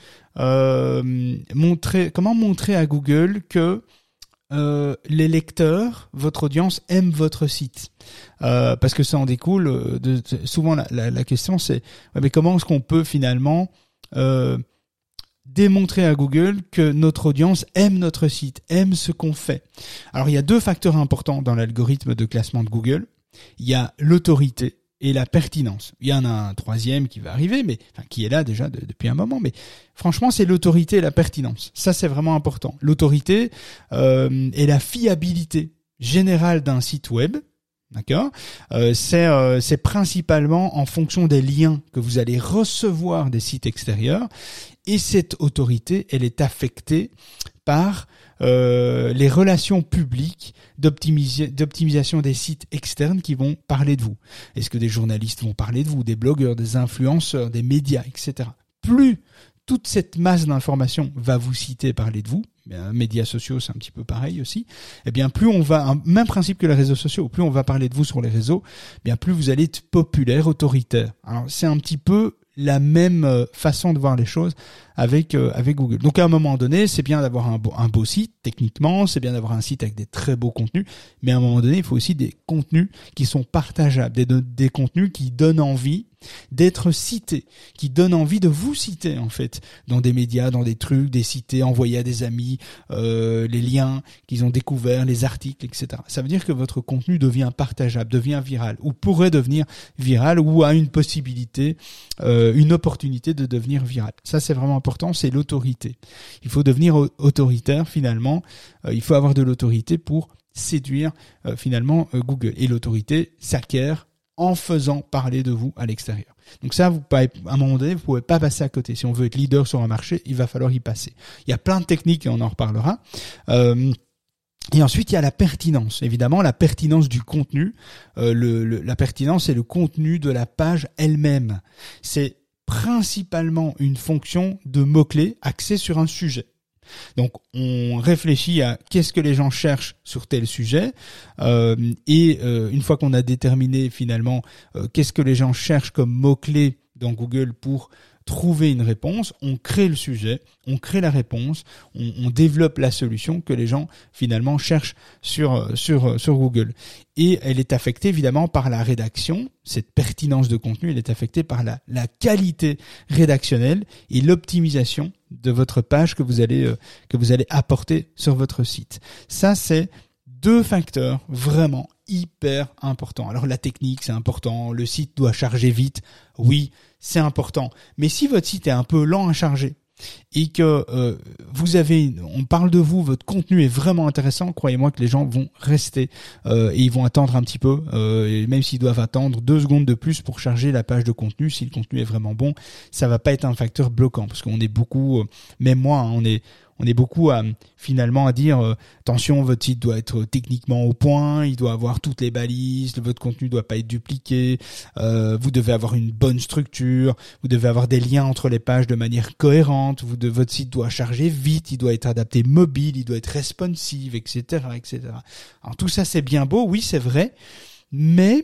euh, montrer, comment montrer à Google que euh, les lecteurs, votre audience aime votre site, euh, parce que ça en découle. De, de, souvent la, la, la question c'est, ouais, mais comment est-ce qu'on peut finalement euh, démontrer à Google que notre audience aime notre site, aime ce qu'on fait. Alors il y a deux facteurs importants dans l'algorithme de classement de Google. Il y a l'autorité et la pertinence. Il y en a un troisième qui va arriver, mais enfin qui est là déjà de, depuis un moment. Mais franchement, c'est l'autorité et la pertinence. Ça, c'est vraiment important. L'autorité euh, et la fiabilité générale d'un site web. D'accord, euh, c'est euh, c'est principalement en fonction des liens que vous allez recevoir des sites extérieurs, et cette autorité, elle est affectée par euh, les relations publiques d'optimisa- d'optimisation des sites externes qui vont parler de vous. Est-ce que des journalistes vont parler de vous, des blogueurs, des influenceurs, des médias, et cetera. Plus toute cette masse d'informations va vous citer, parler de vous, bien, médias sociaux, c'est un petit peu pareil aussi, eh bien, plus on va, un même principe que les réseaux sociaux, plus on va parler de vous sur les réseaux, eh bien, plus vous allez être populaire, autoritaire. Alors, c'est un petit peu la même façon de voir les choses avec euh, avec Google. Donc à un moment donné, c'est bien d'avoir un beau, un beau site, techniquement, c'est bien d'avoir un site avec des très beaux contenus, mais à un moment donné, il faut aussi des contenus qui sont partageables, des, des contenus qui donnent envie d'être cités, qui donnent envie de vous citer en fait, dans des médias, dans des trucs, des cités, envoyés à des amis, euh, les liens qu'ils ont découverts, les articles, et cetera. Ça veut dire que votre contenu devient partageable, devient viral, ou pourrait devenir viral, ou a une possibilité, euh, une opportunité de devenir viral. Ça, c'est vraiment important. C'est l'autorité. Il faut devenir autoritaire finalement. Euh, il faut avoir de l'autorité pour séduire euh, finalement euh, Google. Et l'autorité s'acquiert en faisant parler de vous à l'extérieur. Donc ça, vous pouvez, à un moment donné, vous pouvez pas passer à côté. Si on veut être leader sur un marché, il va falloir y passer. Il y a plein de techniques et on en reparlera. Euh, Et ensuite, il y a la pertinence. Évidemment, la pertinence du contenu. Euh, le, le, la pertinence, c'est le contenu de la page elle-même. C'est principalement une fonction de mots-clés axés sur un sujet. Donc, on réfléchit à qu'est-ce que les gens cherchent sur tel sujet, euh, et euh, une fois qu'on a déterminé finalement euh, qu'est-ce que les gens cherchent comme mots-clés dans Google pour trouver une réponse, on crée le sujet, on crée la réponse, on, on développe la solution que les gens finalement cherchent sur sur sur Google. Et elle est affectée évidemment par la rédaction, cette pertinence de contenu, elle est affectée par la la qualité rédactionnelle et l'optimisation de votre page que vous allez euh, que vous allez apporter sur votre site. Ça, c'est deux facteurs vraiment hyper importants. Alors la technique, c'est important, le site doit charger vite, oui, c'est important. Mais si votre site est un peu lent à charger et que euh, vous avez, on parle de vous, votre contenu est vraiment intéressant, croyez-moi que les gens vont rester euh, et ils vont attendre un petit peu, euh, et même s'ils doivent attendre deux secondes de plus pour charger la page de contenu, si le contenu est vraiment bon, ça va pas être un facteur bloquant parce qu'on est beaucoup, euh, même moi, hein, on est On est beaucoup à finalement à dire euh, attention, votre site doit être techniquement au point, il doit avoir toutes les balises, votre contenu doit pas être dupliqué, euh, vous devez avoir une bonne structure, vous devez avoir des liens entre les pages de manière cohérente, vous de, votre site doit charger vite, il doit être adapté mobile, il doit être responsive, et cetera, et cetera. Alors tout ça c'est bien beau, oui c'est vrai, mais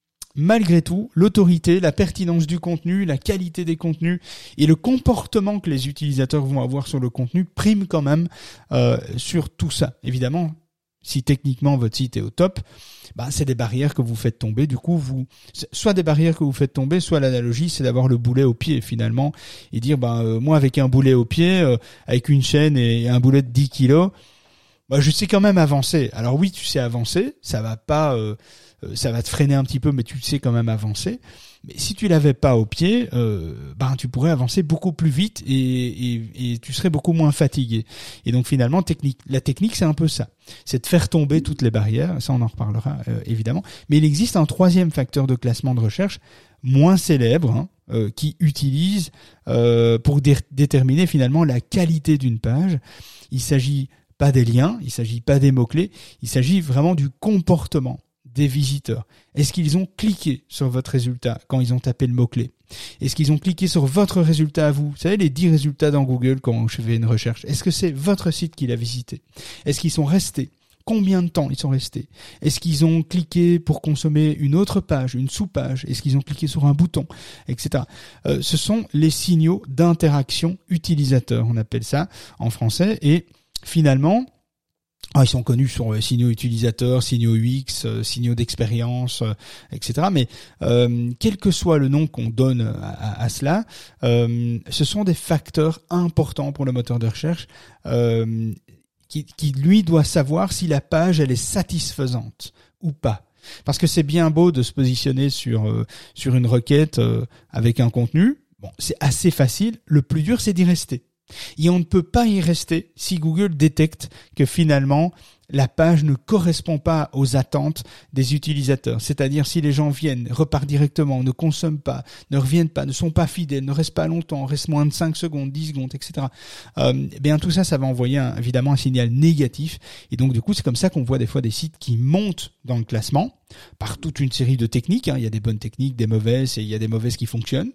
malgré tout, l'autorité, la pertinence du contenu, la qualité des contenus et le comportement que les utilisateurs vont avoir sur le contenu priment quand même euh, sur tout ça. Évidemment, si techniquement votre site est au top, bah, c'est des barrières que vous faites tomber. Du coup, vous, soit des barrières que vous faites tomber, soit l'analogie, c'est d'avoir le boulet au pied finalement et dire, bah, euh, moi avec un boulet au pied, euh, avec une chaîne et un boulet de dix kilos, bah, je sais quand même avancer. Alors oui, tu sais avancer, ça va pas... Euh, ça va te freiner un petit peu, mais tu sais quand même avancer. Mais si tu l'avais pas au pied, euh, ben tu pourrais avancer beaucoup plus vite et, et, et tu serais beaucoup moins fatigué. Et donc finalement, technique, la technique, c'est un peu ça, c'est de faire tomber toutes les barrières. Ça, on en reparlera euh, évidemment. Mais il existe un troisième facteur de classement de recherche moins célèbre, hein, euh, qui utilise euh, pour dé- déterminer finalement la qualité d'une page. Il s'agit pas des liens, il s'agit pas des mots-clés, il s'agit vraiment du comportement des visiteurs. Est-ce qu'ils ont cliqué sur votre résultat quand ils ont tapé le mot-clé? Est-ce qu'ils ont cliqué sur votre résultat à vous? Vous savez, les dix résultats dans Google quand je fais une recherche. Est-ce que c'est votre site qu'il a visité? Est-ce qu'ils sont restés? Combien de temps ils sont restés? Est-ce qu'ils ont cliqué pour consommer une autre page, une sous-page? Est-ce qu'ils ont cliqué sur un bouton, et cetera. Euh, ce sont les signaux d'interaction utilisateur, on appelle ça en français. Et finalement, ah, ils sont connus sur euh, signaux utilisateurs, signaux U X, euh, signaux d'expérience, euh, et cetera. Mais euh, quel que soit le nom qu'on donne à, à, à cela, euh, ce sont des facteurs importants pour le moteur de recherche euh, qui, qui, lui, doit savoir si la page, elle est satisfaisante ou pas. Parce que c'est bien beau de se positionner sur euh, sur une requête euh, avec un contenu. Bon, c'est assez facile. Le plus dur, c'est d'y rester. Et on ne peut pas y rester si Google détecte que finalement la page ne correspond pas aux attentes des utilisateurs. C'est-à-dire si les gens viennent, repartent directement, ne consomment pas, ne reviennent pas, ne sont pas fidèles, ne restent pas longtemps, restent moins de cinq secondes, dix secondes, et cetera. Euh, eh bien tout ça, ça va envoyer un, évidemment un signal négatif. Et donc du coup, c'est comme ça qu'on voit des fois des sites qui montent dans le classement par toute une série de techniques. Hein. Il y a des bonnes techniques, des mauvaises, et il y a des mauvaises qui fonctionnent.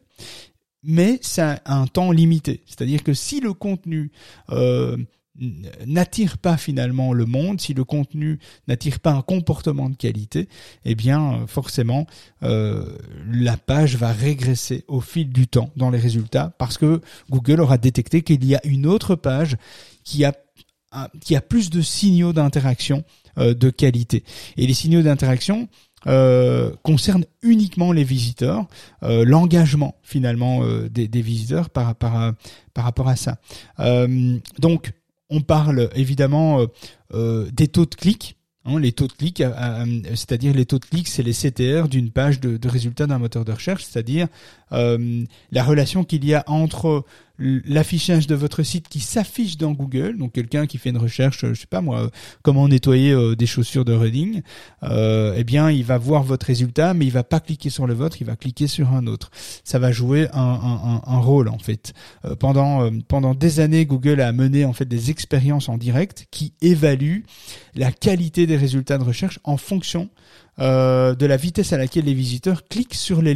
Mais ça a un temps limité. C'est-à-dire que si le contenu euh, n'attire pas finalement le monde, si le contenu n'attire pas un comportement de qualité, eh bien forcément euh, la page va régresser au fil du temps dans les résultats parce que Google aura détecté qu'il y a une autre page qui a qui a plus de signaux d'interaction euh, de qualité. Et les signaux d'interaction Euh, concerne uniquement les visiteurs, euh, l'engagement finalement euh, des, des visiteurs par, par, par rapport à ça. Euh, donc, on parle évidemment euh, euh, des taux de clics. Hein, les taux de clics, euh, euh, c'est-à-dire les taux de clics, c'est les C T R d'une page de, de résultats d'un moteur de recherche, c'est-à-dire euh, la relation qu'il y a entre l'affichage de votre site qui s'affiche dans Google, donc quelqu'un qui fait une recherche, je sais pas moi, comment nettoyer euh, des chaussures de running, euh, eh bien il va voir votre résultat, mais il va pas cliquer sur le vôtre, il va cliquer sur un autre. Ça va jouer un, un, un rôle en fait. Euh, pendant euh, pendant des années, Google a mené en fait des expériences en direct qui évaluent la qualité des résultats de recherche en fonction euh, de la vitesse à laquelle les visiteurs cliquent sur les liens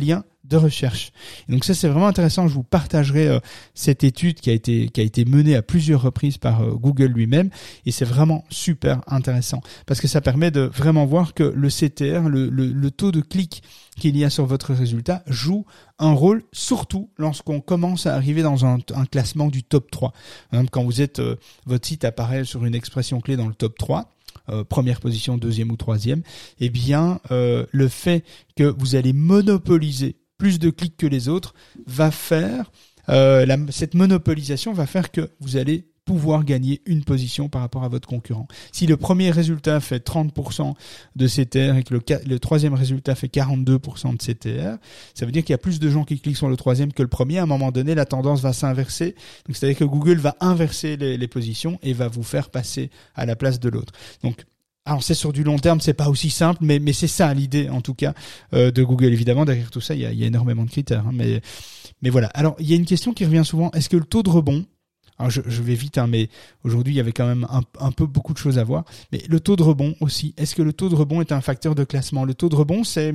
de recherche. Et donc ça c'est vraiment intéressant. Je vous partagerai euh, cette étude qui a été qui a été menée à plusieurs reprises par euh, Google lui-même, et c'est vraiment super intéressant parce que ça permet de vraiment voir que le C T R, le, le, le taux de clic qu'il y a sur votre résultat joue un rôle, surtout lorsqu'on commence à arriver dans un, un classement du top trois. Hein, quand vous êtes euh, votre site apparaît sur une expression clé dans le top trois. Euh, première position, deuxième ou troisième, eh bien euh, le fait que vous allez monopoliser plus de clics que les autres va faire, euh, la, cette monopolisation va faire que vous allez pouvoir gagner une position par rapport à votre concurrent. Si le premier résultat fait trente pour cent de C T R et que le, le troisième résultat fait quarante-deux pour cent de C T R, ça veut dire qu'il y a plus de gens qui cliquent sur le troisième que le premier. À un moment donné, la tendance va s'inverser. Donc, c'est-à-dire que Google va inverser les, les positions et va vous faire passer à la place de l'autre. Donc, alors c'est sur du long terme, c'est pas aussi simple, mais mais c'est ça l'idée en tout cas euh, de Google. Évidemment, derrière tout ça, il y a, il y a énormément de critères. Hein, mais mais voilà. Alors, il y a une question qui revient souvent. Est-ce que le taux de rebond, alors je, je vais vite, hein, mais aujourd'hui il y avait quand même un, un peu beaucoup de choses à voir. Mais le taux de rebond aussi, est-ce que le taux de rebond est un facteur de classement? Le taux de rebond, c'est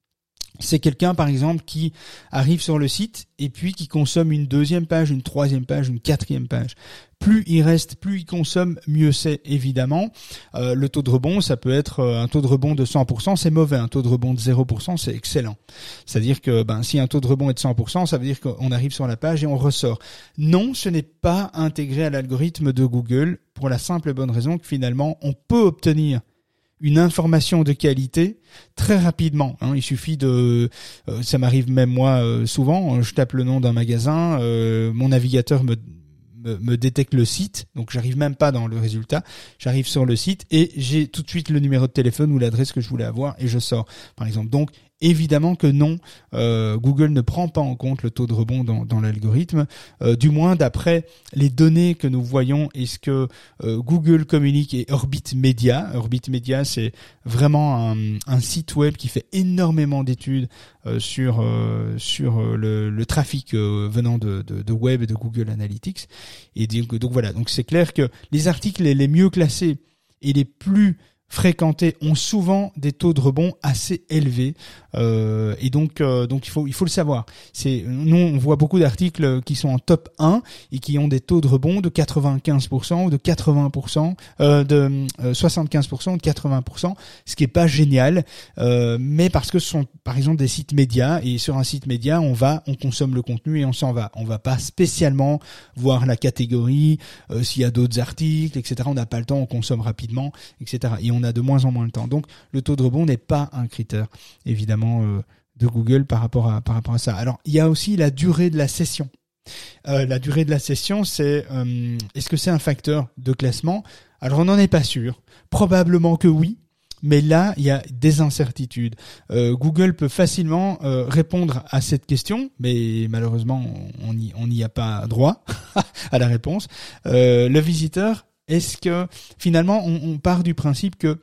c'est quelqu'un par exemple qui arrive sur le site et puis qui consomme une deuxième page, une troisième page, une quatrième page. Plus il reste, plus il consomme, mieux c'est évidemment. Euh, le taux de rebond, ça peut être euh, un taux de rebond de cent pour cent, c'est mauvais. Un taux de rebond de zéro pour cent, c'est excellent. C'est-à-dire que ben si un taux de rebond est de cent pour cent, ça veut dire qu'on arrive sur la page et on ressort. Non, ce n'est pas intégré à l'algorithme de Google pour la simple et bonne raison que finalement, on peut obtenir une information de qualité très rapidement. Hein. Il suffit de, euh, ça m'arrive même moi euh, souvent, je tape le nom d'un magasin, euh, mon navigateur me Me, me détecte le site, donc j'arrive même pas dans le résultat, j'arrive sur le site et j'ai tout de suite le numéro de téléphone ou l'adresse que je voulais avoir et je sors, par exemple. Donc évidemment que non, euh, Google ne prend pas en compte le taux de rebond dans, dans l'algorithme, euh, du moins d'après les données que nous voyons et ce que euh, Google communique et Orbit Media. Orbit Media, c'est vraiment un, un site web qui fait énormément d'études euh, sur euh, sur euh, le, le trafic euh, venant de, de, de web et de Google Analytics. Et donc, donc voilà, donc c'est clair que les articles les, les mieux classés et les plus fréquentés ont souvent des taux de rebond assez élevés euh, et donc euh, donc il faut il faut le savoir. C'est nous on voit beaucoup d'articles qui sont en top un et qui ont des taux de rebond de quatre-vingt-quinze pour cent ou de quatre-vingts pour cent, euh, de euh, soixante-quinze pour cent ou de quatre-vingts pour cent, ce qui est pas génial, euh, mais parce que ce sont par exemple des sites médias et sur un site média on va on consomme le contenu et on s'en va. On va pas spécialement voir la catégorie, euh, s'il y a d'autres articles, et cetera. On n'a pas le temps, on consomme rapidement, et cetera. Et on a de moins en moins le temps. Donc le taux de rebond n'est pas un critère évidemment euh, de Google par rapport à par rapport à ça. Alors il y a aussi la durée de la session. Euh, la durée de la session, c'est euh, est-ce que c'est un facteur de classement? Alors on n'en est pas sûr. Probablement que oui. Mais là, il y a des incertitudes. Euh, Google peut facilement euh, répondre à cette question, mais malheureusement, on n'y on n'y a pas droit à la réponse. Euh, le visiteur, est-ce que finalement, on, on part du principe que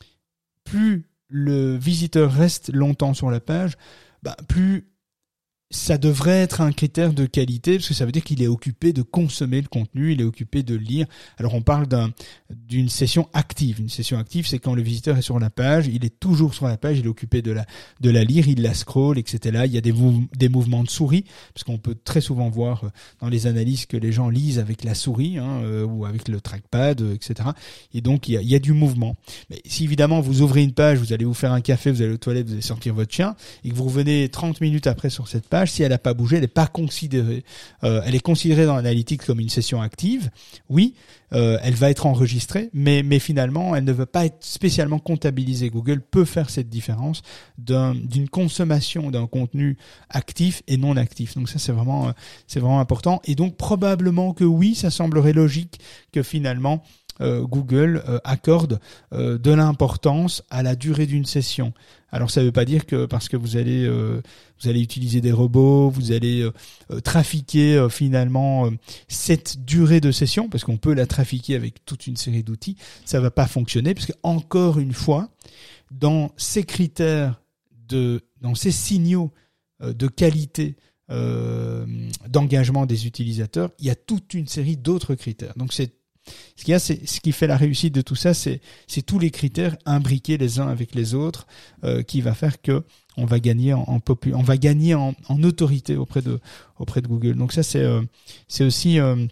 plus le visiteur reste longtemps sur la page, bah, plus ça devrait être un critère de qualité, parce que ça veut dire qu'il est occupé de consommer le contenu, il est occupé de lire. Alors on parle d'un, d'une session active. Une session active, c'est quand le visiteur est sur la page, il est toujours sur la page, il est occupé de la de la lire, il la scrolle, et cetera. Il y a des, mou- des mouvements de souris, parce qu'on peut très souvent voir dans les analyses que les gens lisent avec la souris hein, euh, ou avec le trackpad, et cetera. Et donc il y a, il y a du mouvement. Mais si évidemment vous ouvrez une page, vous allez vous faire un café, vous allez aux toilettes, vous allez sortir votre chien, et que vous revenez trente minutes après sur cette page, si elle n'a pas bougé, elle n'est pas considérée. Euh, elle est considérée dans l'analytique comme une session active. Oui, euh, elle va être enregistrée, mais, mais finalement, elle ne va pas être spécialement comptabilisée. Google peut faire cette différence d'un, d'une consommation d'un contenu actif et non actif. Donc ça, c'est vraiment, c'est vraiment important. Et donc probablement que oui, ça semblerait logique que finalement Euh, Google euh, accorde euh, de l'importance à la durée d'une session. Alors ça ne veut pas dire que parce que vous allez euh, vous allez utiliser des robots, vous allez euh, euh, trafiquer euh, finalement euh, cette durée de session, parce qu'on peut la trafiquer avec toute une série d'outils, ça va pas fonctionner, parce que encore une fois, dans ces critères de, dans ces signaux euh, de qualité euh, d'engagement des utilisateurs, il y a toute une série d'autres critères. Donc c'est Ce qu'il y a, c'est ce qui fait la réussite de tout ça, c'est c'est tous les critères imbriqués les uns avec les autres euh, qui va faire que on va gagner en, en popu- on va gagner en, en autorité auprès de auprès de Google. Donc ça c'est euh, c'est aussi euh,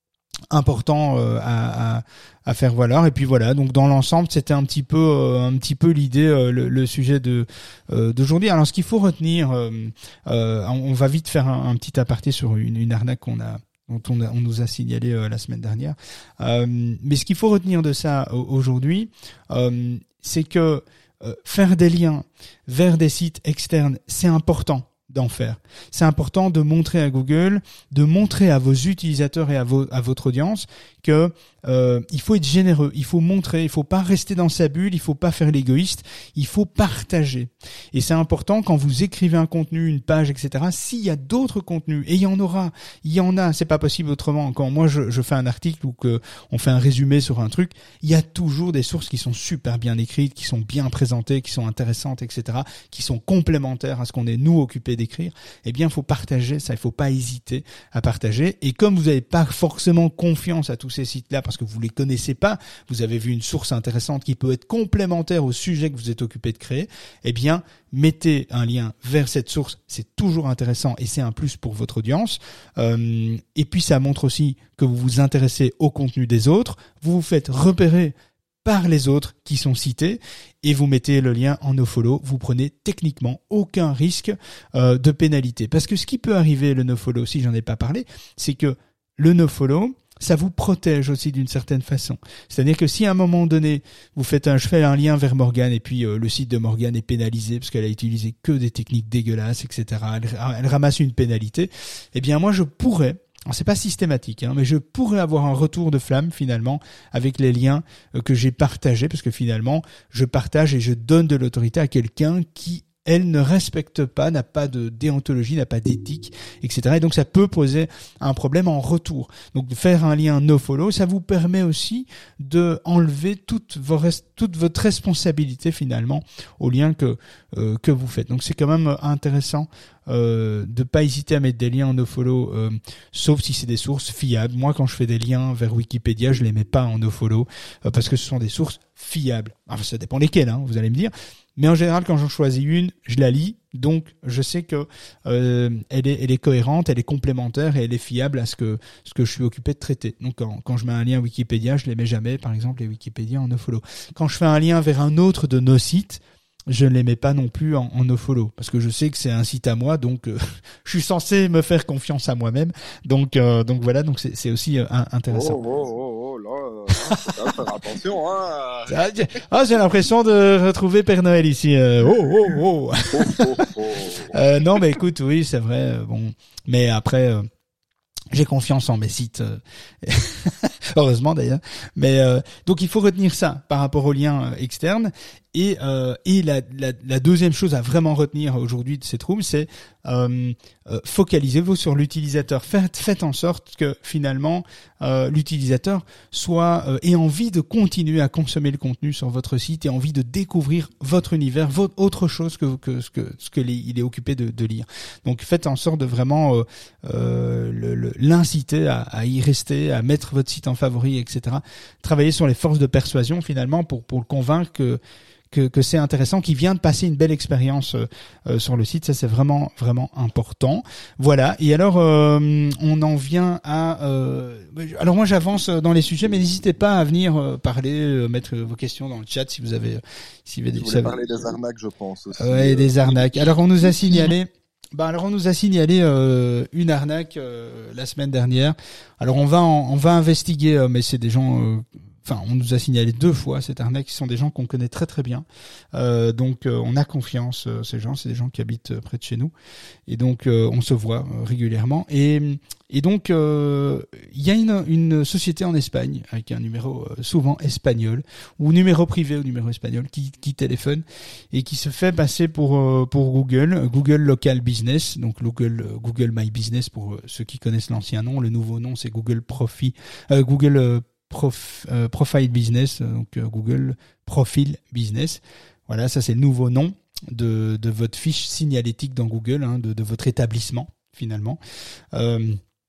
important euh, à, à à faire valoir. Et puis voilà, donc dans l'ensemble c'était un petit peu euh, un petit peu l'idée euh, le, le sujet de euh, d'aujourd'hui. Alors ce qu'il faut retenir, euh, euh, on va vite faire un, un petit aparté sur une, une arnaque qu'on a dont on, a, on nous a signalé euh, la semaine dernière. Euh, mais ce qu'il faut retenir de ça aujourd'hui, euh, c'est que euh, faire des liens vers des sites externes, c'est important d'en faire. C'est important de montrer à Google, de montrer à vos utilisateurs et à, vos, à votre audience que euh, il faut être généreux, il faut montrer, il faut pas rester dans sa bulle, il faut pas faire l'égoïste, il faut partager. Et c'est important quand vous écrivez un contenu, une page, et cetera. S'il y a d'autres contenus, et il y en aura, il y en a, c'est pas possible autrement. Quand moi je, je fais un article ou que on fait un résumé sur un truc, il y a toujours des sources qui sont super bien écrites, qui sont bien présentées, qui sont intéressantes, et cetera. Qui sont complémentaires à ce qu'on est nous occupés d'écrire. Eh bien, il faut partager ça, il faut pas hésiter à partager. Et comme vous n'avez pas forcément confiance à tous ces sites-là parce que vous les connaissez pas, vous avez vu une source intéressante qui peut être complémentaire au sujet que vous êtes occupé de créer, eh bien, mettez un lien vers cette source, c'est toujours intéressant et c'est un plus pour votre audience. Euh, et puis, ça montre aussi que vous vous intéressez au contenu des autres, vous vous faites repérer par les autres qui sont cités et vous mettez le lien en nofollow, vous prenez techniquement aucun risque euh, de pénalité. Parce que ce qui peut arriver, le nofollow, si j'en ai pas parlé, c'est que le nofollow, ça vous protège aussi d'une certaine façon. C'est-à-dire que si à un moment donné, vous faites un, je fais un lien vers Morgane et puis euh, le site de Morgane est pénalisé parce qu'elle a utilisé que des techniques dégueulasses, et cetera. Elle, elle ramasse une pénalité. Eh bien, moi, je pourrais, alors c'est pas systématique, hein, mais je pourrais avoir un retour de flamme finalement avec les liens euh, que j'ai partagés parce que finalement, je partage et je donne de l'autorité à quelqu'un qui elle ne respecte pas, n'a pas de déontologie, n'a pas d'éthique, et cetera. Et donc ça peut poser un problème en retour. Donc de faire un lien nofollow, ça vous permet aussi de enlever toute, vos, toute votre responsabilité finalement au lien que euh, que vous faites. Donc c'est quand même intéressant euh, de pas hésiter à mettre des liens en nofollow, euh, sauf si c'est des sources fiables. Moi, quand je fais des liens vers Wikipédia, je les mets pas en nofollow euh, parce que ce sont des sources fiables. Enfin, ça dépend lesquelles, hein, vous allez me dire. Mais en général, quand j'en choisis une, je la lis, donc je sais que euh, elle est, elle est cohérente, elle est complémentaire et elle est fiable à ce que ce que je suis occupé de traiter. Donc quand, quand je mets un lien Wikipédia, je les mets jamais, par exemple les Wikipédia en nofollow. Quand je fais un lien vers un autre de nos sites, je ne les mets pas non plus en, en nofollow parce que je sais que c'est un site à moi, donc euh, je suis censé me faire confiance à moi-même. Donc euh, donc voilà, donc c'est, c'est aussi euh, intéressant. Oh oh oh, oh là, euh, faut faire attention, hein. Ah, j'ai l'impression de retrouver Père Noël ici. Euh, oh oh oh. Oh, oh, oh. euh, non, mais écoute, oui, c'est vrai. euh, Bon, mais après. Euh, J'ai confiance en mes sites, euh, heureusement d'ailleurs. Mais euh, donc il faut retenir ça par rapport aux liens euh, externes. Et euh, et la, la la deuxième chose à vraiment retenir aujourd'hui de cette room, c'est euh, euh, focalisez-vous sur l'utilisateur. Faites faites en sorte que finalement euh, l'utilisateur soit euh, ait envie de continuer à consommer le contenu sur votre site et envie de découvrir votre univers, votre autre chose que que ce que ce que les, il est occupé de, de lire. Donc faites en sorte de vraiment euh, euh, le, le, l'inciter à, à y rester, à mettre votre site en favori, et cetera. Travaillez sur les forces de persuasion finalement pour pour le convaincre que que, que c'est intéressant, qu'il vient de passer une belle expérience euh, sur le site. Ça, c'est vraiment, vraiment important. Voilà. Et alors, euh, on en vient à... Euh, alors, moi, j'avance dans les sujets, mais n'hésitez pas à venir euh, parler, euh, mettre vos questions dans le chat si vous avez... Si vous avez vous voulez parler des arnaques, je pense, aussi. Ouais, euh, des arnaques. Alors, on nous a signalé... Bah alors on nous a signalé euh, une arnaque euh, la semaine dernière. Alors on va en, on va investiguer, euh, mais c'est des gens... Euh, Enfin, on nous a signalé deux fois cette arnaque, qui sont des gens qu'on connaît très très bien. Euh, donc, euh, on a confiance, euh, ces gens, c'est des gens qui habitent euh, près de chez nous. Et donc, euh, on se voit euh, régulièrement. Et, et donc, il euh, y a une, une société en Espagne, avec un numéro euh, souvent espagnol, ou numéro privé ou numéro espagnol, qui, qui téléphone et qui se fait passer pour, euh, pour Google, Google Local Business, donc Google, euh, Google My Business pour euh, ceux qui connaissent l'ancien nom. Le nouveau nom, c'est Google Profi, euh, Google euh, Prof, euh, Profile Business, donc euh, Google Profile Business. Voilà, ça c'est le nouveau nom de, de votre fiche signalétique dans Google, hein, de, de votre établissement finalement. Euh,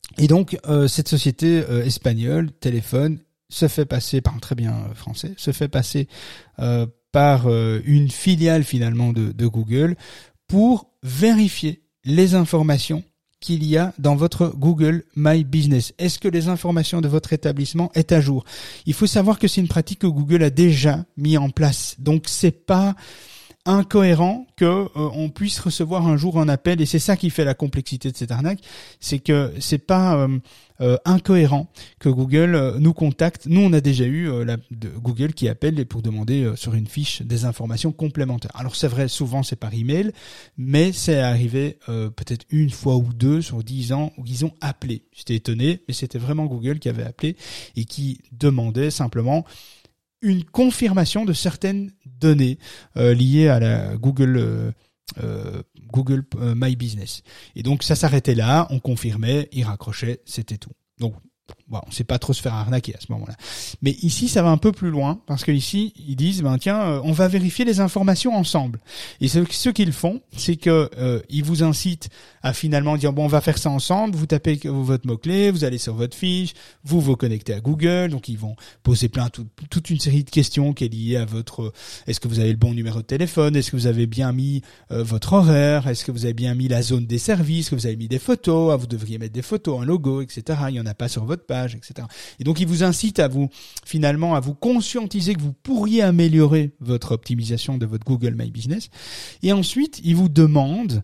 Et donc, euh, cette société euh, espagnole, Téléphone, se fait passer, parle très bien euh, français, se fait passer euh, par euh, une filiale finalement de, de Google pour vérifier les informations qu'il y a dans votre Google My Business. Est-ce que les informations de votre établissement est à jour? Il faut savoir que c'est une pratique que Google a déjà mis en place. Donc c'est pas incohérent que euh, on puisse recevoir un jour un appel, et c'est ça qui fait la complexité de cette arnaque, c'est que c'est pas euh, euh, incohérent que Google euh, nous contacte. Nous, on a déjà eu euh, la, de Google qui appelle pour demander euh, sur une fiche des informations complémentaires. Alors c'est vrai, souvent c'est par email, mais c'est arrivé euh, peut-être une fois ou deux sur dix ans où ils ont appelé. J'étais étonné, mais c'était vraiment Google qui avait appelé et qui demandait simplement une confirmation de certaines données euh, liées à la Google euh, euh, Google euh, My Business. Et donc ça s'arrêtait là, on confirmait, il raccrochait, c'était tout. Donc bon, on sait pas trop se faire arnaquer à ce moment-là. Mais ici, ça va un peu plus loin, parce que ici, ils disent, ben tiens, euh, on va vérifier les informations ensemble. Et ce, ce qu'ils font, c'est que euh, ils vous incitent à finalement dire, bon, on va faire ça ensemble, vous tapez votre mot-clé, vous allez sur votre fiche, vous vous connectez à Google, donc ils vont poser plein, tout, toute une série de questions qui est liée à votre, est-ce que vous avez le bon numéro de téléphone, est-ce que vous avez bien mis euh, votre horaire, est-ce que vous avez bien mis la zone des services, est-ce que vous avez mis des photos, ah, vous devriez mettre des photos, un logo, et cetera. Il y en a pas sur votre page, et cetera. Et donc, il vous incite à vous, finalement, à vous conscientiser que vous pourriez améliorer votre optimisation de votre Google My Business. Et ensuite, il vous demande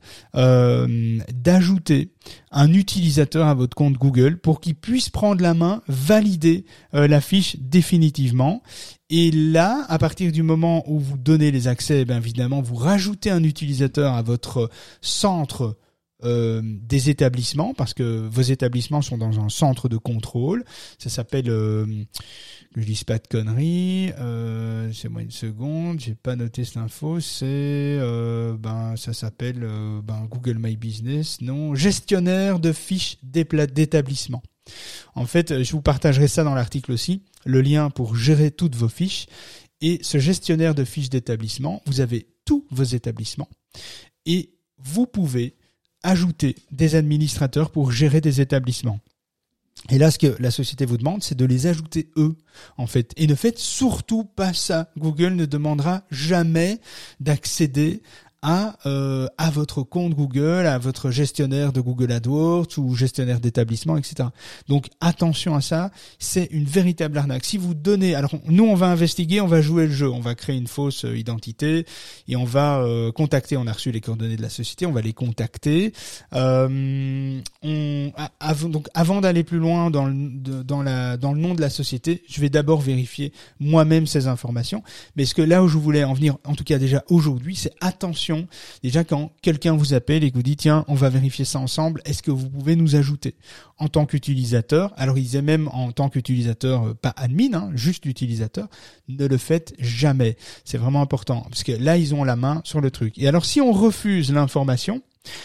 euh, d'ajouter un utilisateur à votre compte Google pour qu'il puisse prendre la main, valider euh, la fiche définitivement. Et là, à partir du moment où vous donnez les accès, bien évidemment, vous rajoutez un utilisateur à votre centre Euh, des établissements, parce que vos établissements sont dans un centre de contrôle. Ça s'appelle, euh, que je dise pas de conneries, euh, c'est moi une seconde, j'ai pas noté cette info, c'est, euh, ben, ça s'appelle, euh, ben, Google My Business, non, gestionnaire de fiches d'établissement. En fait, je vous partagerai ça dans l'article aussi, le lien pour gérer toutes vos fiches. Et ce gestionnaire de fiches d'établissement, vous avez tous vos établissements et vous pouvez ajouter des administrateurs pour gérer des établissements. Et là, ce que la société vous demande, c'est de les ajouter eux, en fait. Et ne faites surtout pas ça. Google ne demandera jamais d'accéder à euh, à votre compte Google, à votre gestionnaire de Google AdWords ou gestionnaire d'établissement, et cetera. Donc attention à ça, c'est une véritable arnaque. Si vous donnez, alors nous on va investiguer, on va jouer le jeu, on va créer une fausse identité et on va euh, contacter. On a reçu les coordonnées de la société, on va les contacter. Euh, on, avant, donc avant d'aller plus loin dans le de, dans la dans le nom de la société, je vais d'abord vérifier moi-même ces informations. Mais ce que là où je voulais en venir, en tout cas déjà aujourd'hui, c'est attention. Déjà, quand quelqu'un vous appelle et que vous dit tiens, on va vérifier ça ensemble, est-ce que vous pouvez nous ajouter en tant qu'utilisateur? Alors, ils disaient même en tant qu'utilisateur, pas admin, hein, juste utilisateur, ne le faites jamais. C'est vraiment important parce que là, ils ont la main sur le truc. Et alors, si on refuse l'information,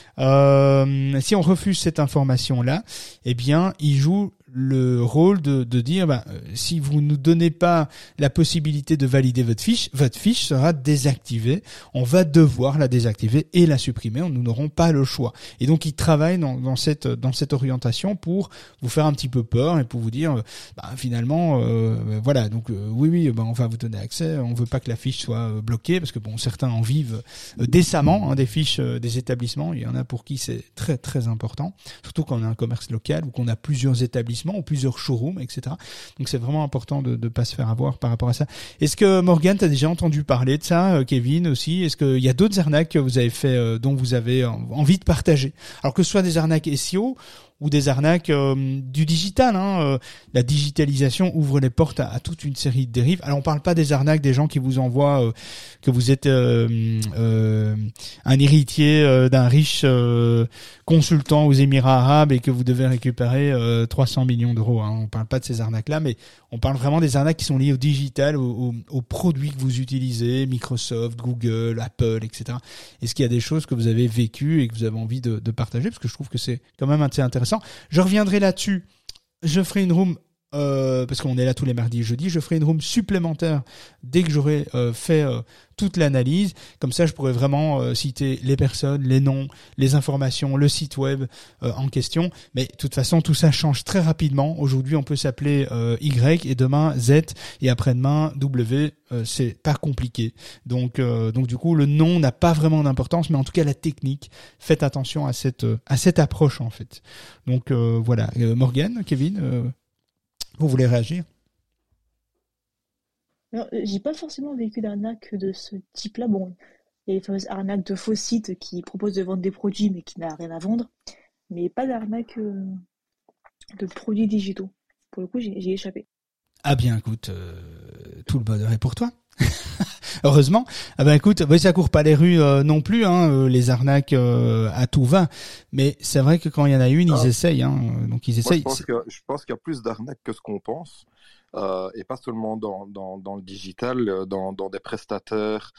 euh, si on refuse cette information-là, eh bien, ils jouent le rôle de, de dire bah, euh, si vous nous donnez pas la possibilité de valider votre fiche, votre fiche sera désactivée. On va devoir la désactiver et la supprimer. Nous n'aurons pas le choix. Et donc ils travaillent dans, dans cette dans cette orientation pour vous faire un petit peu peur et pour vous dire euh, bah, finalement euh, voilà donc euh, oui oui bah, on va vous donner accès. On veut pas que la fiche soit euh, bloquée parce que bon certains en vivent euh, décemment hein, des fiches euh, des établissements. Il y en a pour qui c'est très très important, surtout quand on a un commerce local ou qu'on a plusieurs établissements ou plusieurs showrooms, et cetera. Donc c'est vraiment important de ne pas se faire avoir par rapport à ça. Est-ce que Morgane, tu as déjà entendu parler de ça, Kevin aussi? Est-ce qu'il y a d'autres arnaques que vous avez fait, euh, dont vous avez envie de partager? Alors que ce soit des arnaques S E O ou des arnaques euh, du digital, hein, euh, la digitalisation ouvre les portes à, à toute une série de dérives. Alors on parle pas des arnaques des gens qui vous envoient euh, que vous êtes euh, euh, un héritier euh, d'un riche euh, consultant aux Émirats Arabes et que vous devez récupérer euh, trois cents millions d'euros. Hein. On parle pas de ces arnaques-là, mais on parle vraiment des arnaques qui sont liées au digital, aux, aux, aux produits que vous utilisez, Microsoft, Google, Apple, et cetera. Est-ce qu'il y a des choses que vous avez vécues et que vous avez envie de, de partager? Parce que je trouve que c'est quand même assez intéressant. Je reviendrai là-dessus. Je ferai une room euh, parce qu'on est là tous les mardis et jeudis, je ferai une room supplémentaire dès que j'aurai euh, fait euh, toute l'analyse. Comme ça, je pourrais vraiment euh, citer les personnes, les noms, les informations, le site web euh, en question. Mais de toute façon, tout ça change très rapidement. Aujourd'hui, on peut s'appeler euh, Y et demain Z et après-demain W. Euh, c'est pas compliqué. Donc, euh, donc du coup, le nom n'a pas vraiment d'importance, mais en tout cas, la technique. Faites attention à cette euh, à cette approche en fait. Donc euh, voilà, euh, Morgane, Kevin. Euh, Vous voulez réagir? Alors, euh, j'ai pas forcément vécu d'arnaque de ce type-là. Bon, il y a les fameuses arnaques de faux sites qui proposent de vendre des produits mais qui n'a rien à vendre. Mais pas d'arnaque euh, de produits digitaux. Pour le coup, j'ai j'ai échappé. Ah bien, écoute, euh, tout le bonheur est pour toi. Heureusement. Ah ben écoute, oui, ça court pas les rues euh, non plus, hein, euh, les arnaques euh, à tout va. Mais c'est vrai que quand il y en a une, Ah. ils essayent. Hein, donc ils Moi, je essayent. pense que, je pense qu'il y a plus d'arnaques que ce qu'on pense. Euh, et pas seulement dans, dans, dans le digital, euh, dans, dans des prestataires.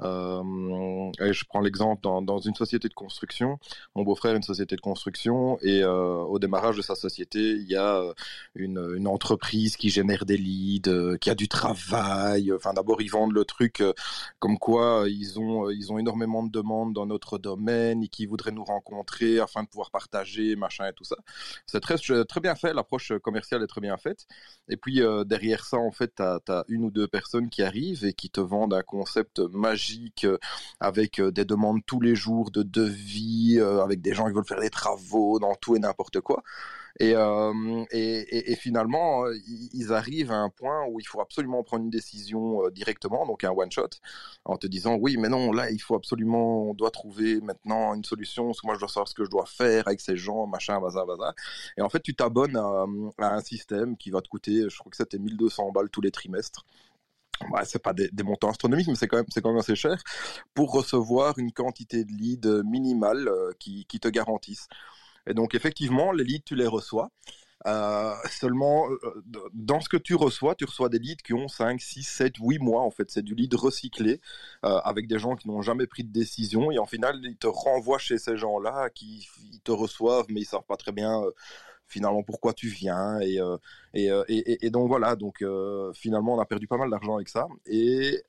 Euh, et je prends l'exemple dans, dans une société de construction. Mon beau-frère a une société de construction et euh, au démarrage de sa société, il y a une, une entreprise qui génère des leads, euh, qui a du travail. Enfin, d'abord, ils vendent le truc euh, comme quoi ils ont, ils ont énormément de demandes dans notre domaine et qui voudraient nous rencontrer afin de pouvoir partager, machin et tout ça. C'est très, très bien fait, l'approche commerciale est très bien faite. Et puis, euh, derrière ça, en fait, t'as, t'as une ou deux personnes qui arrivent et qui te vendent un concept magique euh, avec euh, des demandes tous les jours de devis, euh, avec des gens qui veulent faire des travaux dans tout et n'importe quoi. Et, euh, et, et, et finalement, euh, ils arrivent à un point où il faut absolument prendre une décision euh, directement, donc un one-shot, en te disant, oui, mais non, là, il faut absolument, on doit trouver maintenant une solution, parce que moi, je dois savoir ce que je dois faire avec ces gens, machin, bazar, bazar. Et en fait, tu t'abonnes à, à un système qui va te coûter, je crois que c'était mille deux cents balles tous les trimestres. Ouais, c'est pas des, des montants astronomiques, mais c'est quand même, c'est quand même assez cher pour recevoir une quantité de leads minimale euh, qui, qui te garantissent. Et donc, effectivement, les leads, tu les reçois. Euh, seulement, euh, dans ce que tu reçois, tu reçois des leads qui ont cinq, six, sept, huit mois. En fait, c'est du lead recyclé euh, avec des gens qui n'ont jamais pris de décision. Et en final, ils te renvoient chez ces gens-là qui ils te reçoivent, mais ils savent pas très bien euh, finalement pourquoi tu viens. Et, euh, et, euh, et, et, et donc, voilà. Donc, euh, finalement, on a perdu pas mal d'argent avec ça. Et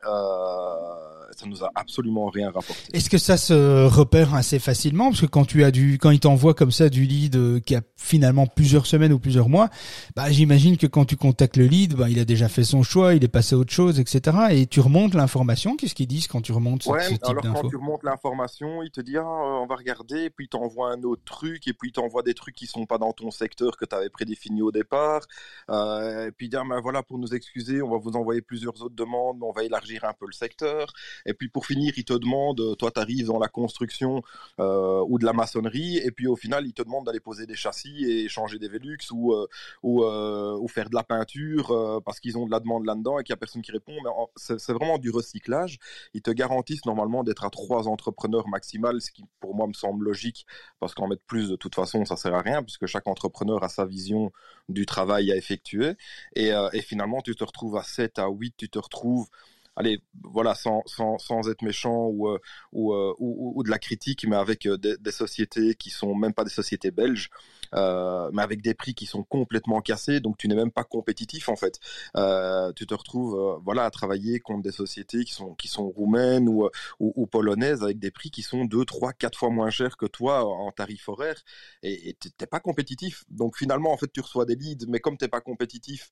euh, ça nous a absolument rien rapporté. Est-ce que ça se repère assez facilement? Parce que quand tu as du, quand il t'envoie comme ça du lead euh, qui a finalement plusieurs semaines ou plusieurs mois, bah j'imagine que quand tu contactes le lead, bah il a déjà fait son choix, il est passé à autre chose, et cetera. Et tu remontes l'information. Qu'est-ce qu'ils disent quand tu remontes ce, Ouais, ce type alors d'infos? quand tu remontes l'information, il te dit ah, on va regarder, et puis il t'envoie un autre truc, et puis il t'envoie des trucs qui sont pas dans ton secteur que tu avais prédéfini au départ, euh, et puis il dit ah, ben voilà, pour nous excuser, on va vous envoyer plusieurs autres demandes, on va élargir un peu le secteur, et puis pour finir, il te demande, toi tu arrives dans la construction euh, ou de la maçonnerie, et puis au final, il te demande d'aller poser des châssis et changer des Velux ou euh, ou, euh, ou faire de la peinture euh, parce qu'ils ont de la demande là-dedans et qu'il y a personne qui répond, mais en, c'est, c'est vraiment du recyclage. Ils te garantissent normalement d'être à trois entrepreneurs maximal, ce qui pour moi me semble logique, parce qu'en mettre plus de toute façon ça sert à rien, puisque chaque entrepreneur a sa vision du travail à effectuer, et, euh, et finalement tu te retrouves à sept, à huit, tu te retrouves, allez, voilà, sans, sans, sans être méchant ou, euh, ou, euh, ou, ou de la critique, mais avec euh, des, des sociétés qui sont même pas des sociétés belges, euh, mais avec des prix qui sont complètement cassés, donc tu n'es même pas compétitif en fait. Euh, tu te retrouves euh, voilà, à travailler contre des sociétés qui sont, qui sont roumaines ou, ou, ou polonaises avec des prix qui sont deux, trois, quatre fois moins chers que toi en tarif horaire, et tu n'es pas compétitif. Donc finalement, en fait, tu reçois des leads, mais comme tu n'es pas compétitif,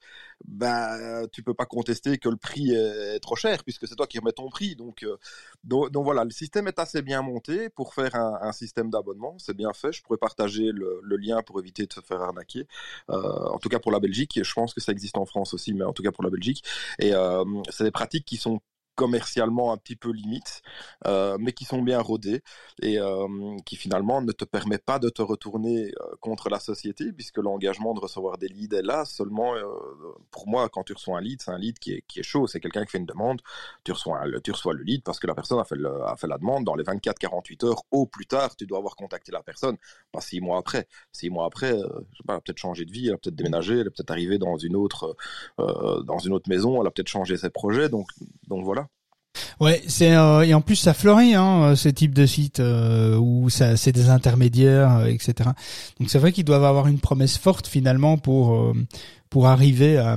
bah, tu peux pas contester que le prix est trop cher, puisque c'est toi qui remets ton prix. Donc, euh, donc, donc voilà, le système est assez bien monté pour faire un, un système d'abonnement. C'est bien fait. Je pourrais partager le, le lien pour éviter de se faire arnaquer. Euh, en tout cas pour la Belgique. Je pense que ça existe en France aussi, mais en tout cas pour la Belgique. Et euh, c'est des pratiques qui sont commercialement un petit peu limites, euh, mais qui sont bien rodées et euh, qui finalement ne te permet pas de te retourner euh, contre la société, puisque l'engagement de recevoir des leads est là. Seulement, euh, pour moi, quand tu reçois un lead, c'est un lead qui est, qui est chaud, c'est quelqu'un qui fait une demande, tu reçois, un, tu reçois le lead parce que la personne a fait, le, a fait la demande. Dans les vingt-quatre à quarante-huit heures au plus tard, tu dois avoir contacté la personne, pas six mois après. Six mois après, euh, je sais pas, elle a peut-être changé de vie, elle a peut-être déménagé, elle est peut-être arrivée dans une autre, euh, dans une autre maison, elle a peut-être changé ses projets, donc, donc voilà. Ouais, c'est euh, et en plus ça fleurit hein, ce type de site euh, où ça c'est des intermédiaires, euh, et cetera. Donc c'est vrai qu'ils doivent avoir une promesse forte finalement pour euh, pour arriver à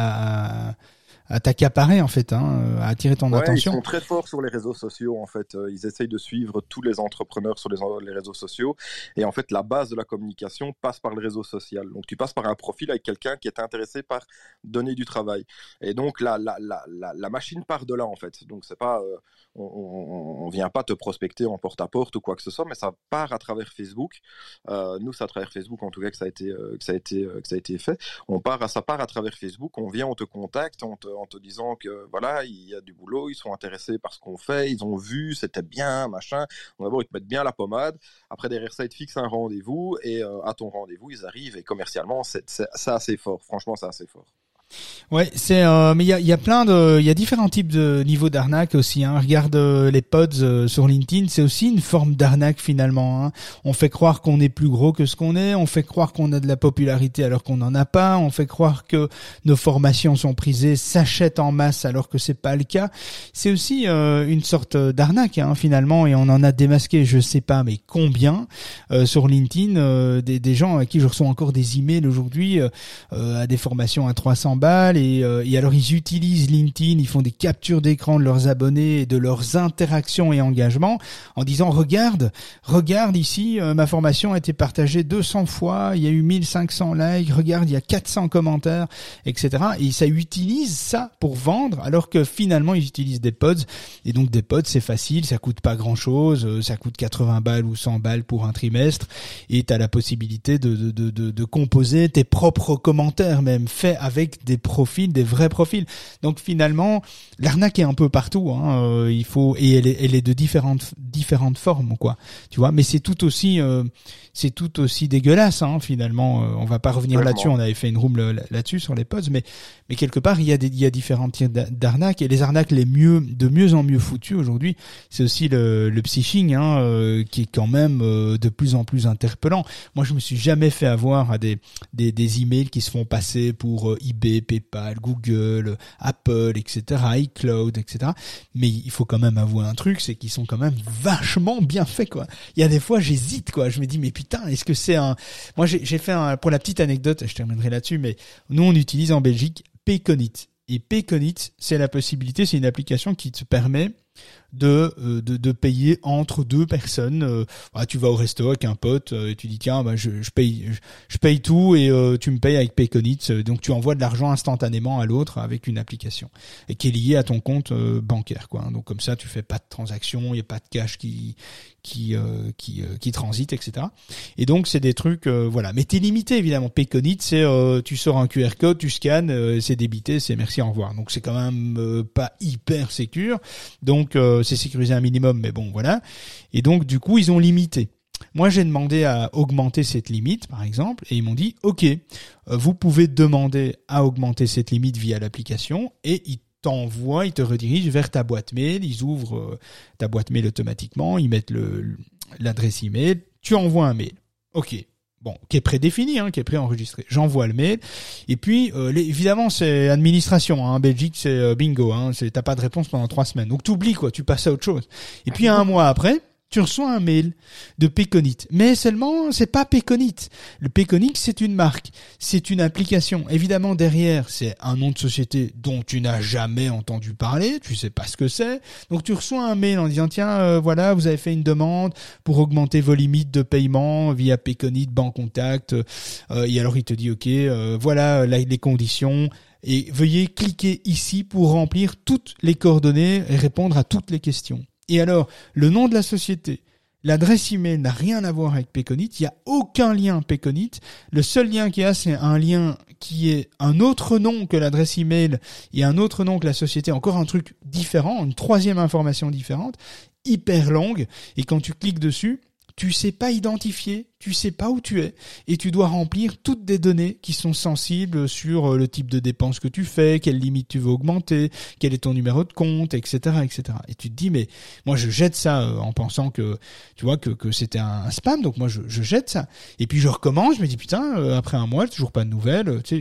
à, à t'accaparer en fait, hein, à attirer ton ouais, attention. Ils sont très forts sur les réseaux sociaux en fait. Ils essayent de suivre tous les entrepreneurs sur les, les réseaux sociaux. Et en fait, la base de la communication passe par le réseau social. Donc tu passes par un profil avec quelqu'un qui est intéressé par donner du travail. Et donc la la la la, la machine part de là en fait. Donc c'est pas euh, on, on, on vient pas te prospecter en porte-à-porte ou quoi que ce soit, mais ça part à travers Facebook. Euh, nous, c'est à travers Facebook en tout cas que ça a été euh, que ça a été euh, que ça a été fait. On part à ça part à travers Facebook. On vient, on te contacte, on te, en te disant que voilà, il y a du boulot, ils sont intéressés par ce qu'on fait, ils ont vu, c'était bien, machin. Donc d'abord, ils te mettent bien la pommade. Après, derrière ça, ils te fixent un rendez-vous et euh, à ton rendez-vous, ils arrivent et commercialement, c'est, c'est, c'est assez fort. Franchement, c'est assez fort. Ouais, c'est euh, mais il y a il y a plein de il y a différents types de niveaux d'arnaque aussi hein. Regarde euh, les pods euh, sur LinkedIn, c'est aussi une forme d'arnaque finalement hein. On fait croire qu'on est plus gros que ce qu'on est, on fait croire qu'on a de la popularité alors qu'on n'en a pas, on fait croire que nos formations sont prisées, s'achètent en masse alors que c'est pas le cas. C'est aussi euh, une sorte d'arnaque hein, finalement et on en a démasqué, je sais pas mais combien euh, sur LinkedIn euh, des des gens à qui je reçois encore des emails aujourd'hui euh, euh, à des formations à trois cents balles et, euh, et alors ils utilisent LinkedIn, ils font des captures d'écran de leurs abonnés et de leurs interactions et engagements en disant regarde, regarde ici euh, ma formation a été partagée deux cents fois, il y a eu mille cinq cents likes, regarde il y a quatre cents commentaires, et cetera. Et ça utilise ça pour vendre alors que finalement ils utilisent des pods et donc des pods c'est facile, ça coûte pas grand chose, euh, ça coûte quatre-vingts balles ou cent balles pour un trimestre et t'as la possibilité de, de, de, de, de composer tes propres commentaires même faits avec des profils, des vrais profils. Donc finalement, l'arnaque est un peu partout. Hein. Euh, il faut et elle est, elle est de différentes différentes formes, quoi. Tu vois. Mais c'est tout aussi, euh, c'est tout aussi dégueulasse. Hein, finalement, euh, on va pas revenir Vraiment. là-dessus. On avait fait une room là- là-dessus sur les pods, mais mais quelque part il y a des il y a différents types d'a- d'arnaques et les arnaques les mieux de mieux en mieux foutues aujourd'hui, c'est aussi le, le phishing, hein, euh, qui est quand même euh, de plus en plus interpellant. Moi, je me suis jamais fait avoir à des des des emails qui se font passer pour euh, eBay, PayPal, Google, Apple, et cetera, iCloud, et cetera. Mais il faut quand même avouer un truc, c'est qu'ils sont quand même vachement bien faits, quoi. Il y a des fois, j'hésite, quoi. Je me dis, mais putain, est-ce que c'est un... Moi, j'ai, j'ai fait un... Pour la petite anecdote, je terminerai là-dessus, mais nous, on utilise en Belgique Payconit. Et Payconit, c'est la possibilité, c'est une application qui te permet de euh, de de payer entre deux personnes. Euh, bah, tu vas au resto avec un pote euh, et tu dis tiens bah je je paye je, je paye tout et euh, tu me payes avec Payconit. Donc tu envoies de l'argent instantanément à l'autre avec une application et qui est liée à ton compte euh, bancaire, quoi. Donc comme ça tu fais pas de transaction, il y a pas de cash qui qui euh, qui euh, qui transite, et cetera. Et donc c'est des trucs euh, voilà, mais t'es limité évidemment. Payconit c'est euh, tu sors un Q R code, tu scannes, euh, c'est débité, c'est merci au revoir. Donc c'est quand même euh, pas hyper sécure. Donc euh, c'est sécurisé un minimum, mais bon voilà. Et donc du coup ils ont limité. Moi j'ai demandé à augmenter cette limite par exemple et ils m'ont dit ok, euh, vous pouvez demander à augmenter cette limite via l'application et ils t'envoient, ils te redirigent vers ta boîte mail, ils ouvrent euh, ta boîte mail automatiquement, ils mettent le l'adresse email, tu envoies un mail. Ok. Bon, qui est prédéfini, hein, qui est préenregistré. J'envoie le mail. Et puis, euh, les, évidemment, c'est administration. Hein, en Belgique, c'est euh, bingo. Hein, c'est, t'as pas de réponse pendant trois semaines. Donc, t'oublies, quoi. Tu passes à autre chose. Et puis, un mois après, tu reçois un mail de Payconit. Mais seulement, c'est pas Payconit. Le Payconit, c'est une marque. C'est une application. Évidemment, derrière, c'est un nom de société dont tu n'as jamais entendu parler. Tu sais pas ce que c'est. Donc, tu reçois un mail en disant, tiens, euh, voilà, vous avez fait une demande pour augmenter vos limites de paiement via Payconit, Banque Contact. Euh, et alors, il te dit, OK, euh, voilà là, les conditions. Et veuillez cliquer ici pour remplir toutes les coordonnées et répondre à toutes les questions. Et alors, le nom de la société, l'adresse email n'a rien à voir avec Payconit. Il n'y a aucun lien Payconit. Le seul lien qu'il y a, c'est un lien qui est un autre nom que l'adresse email et un autre nom que la société. Encore un truc différent, une troisième information différente, hyper longue. Et quand tu cliques dessus, tu sais pas identifier, tu sais pas où tu es et tu dois remplir toutes des données qui sont sensibles sur le type de dépenses que tu fais, quelle limite tu veux augmenter, quel est ton numéro de compte, et cetera, et cetera. Et tu te dis, mais moi je jette ça euh, en pensant que, tu vois, que que c'était un, un spam, donc moi je, je jette ça. Et puis je recommence, je me dis putain, euh, après un mois, toujours pas de nouvelles, tu sais.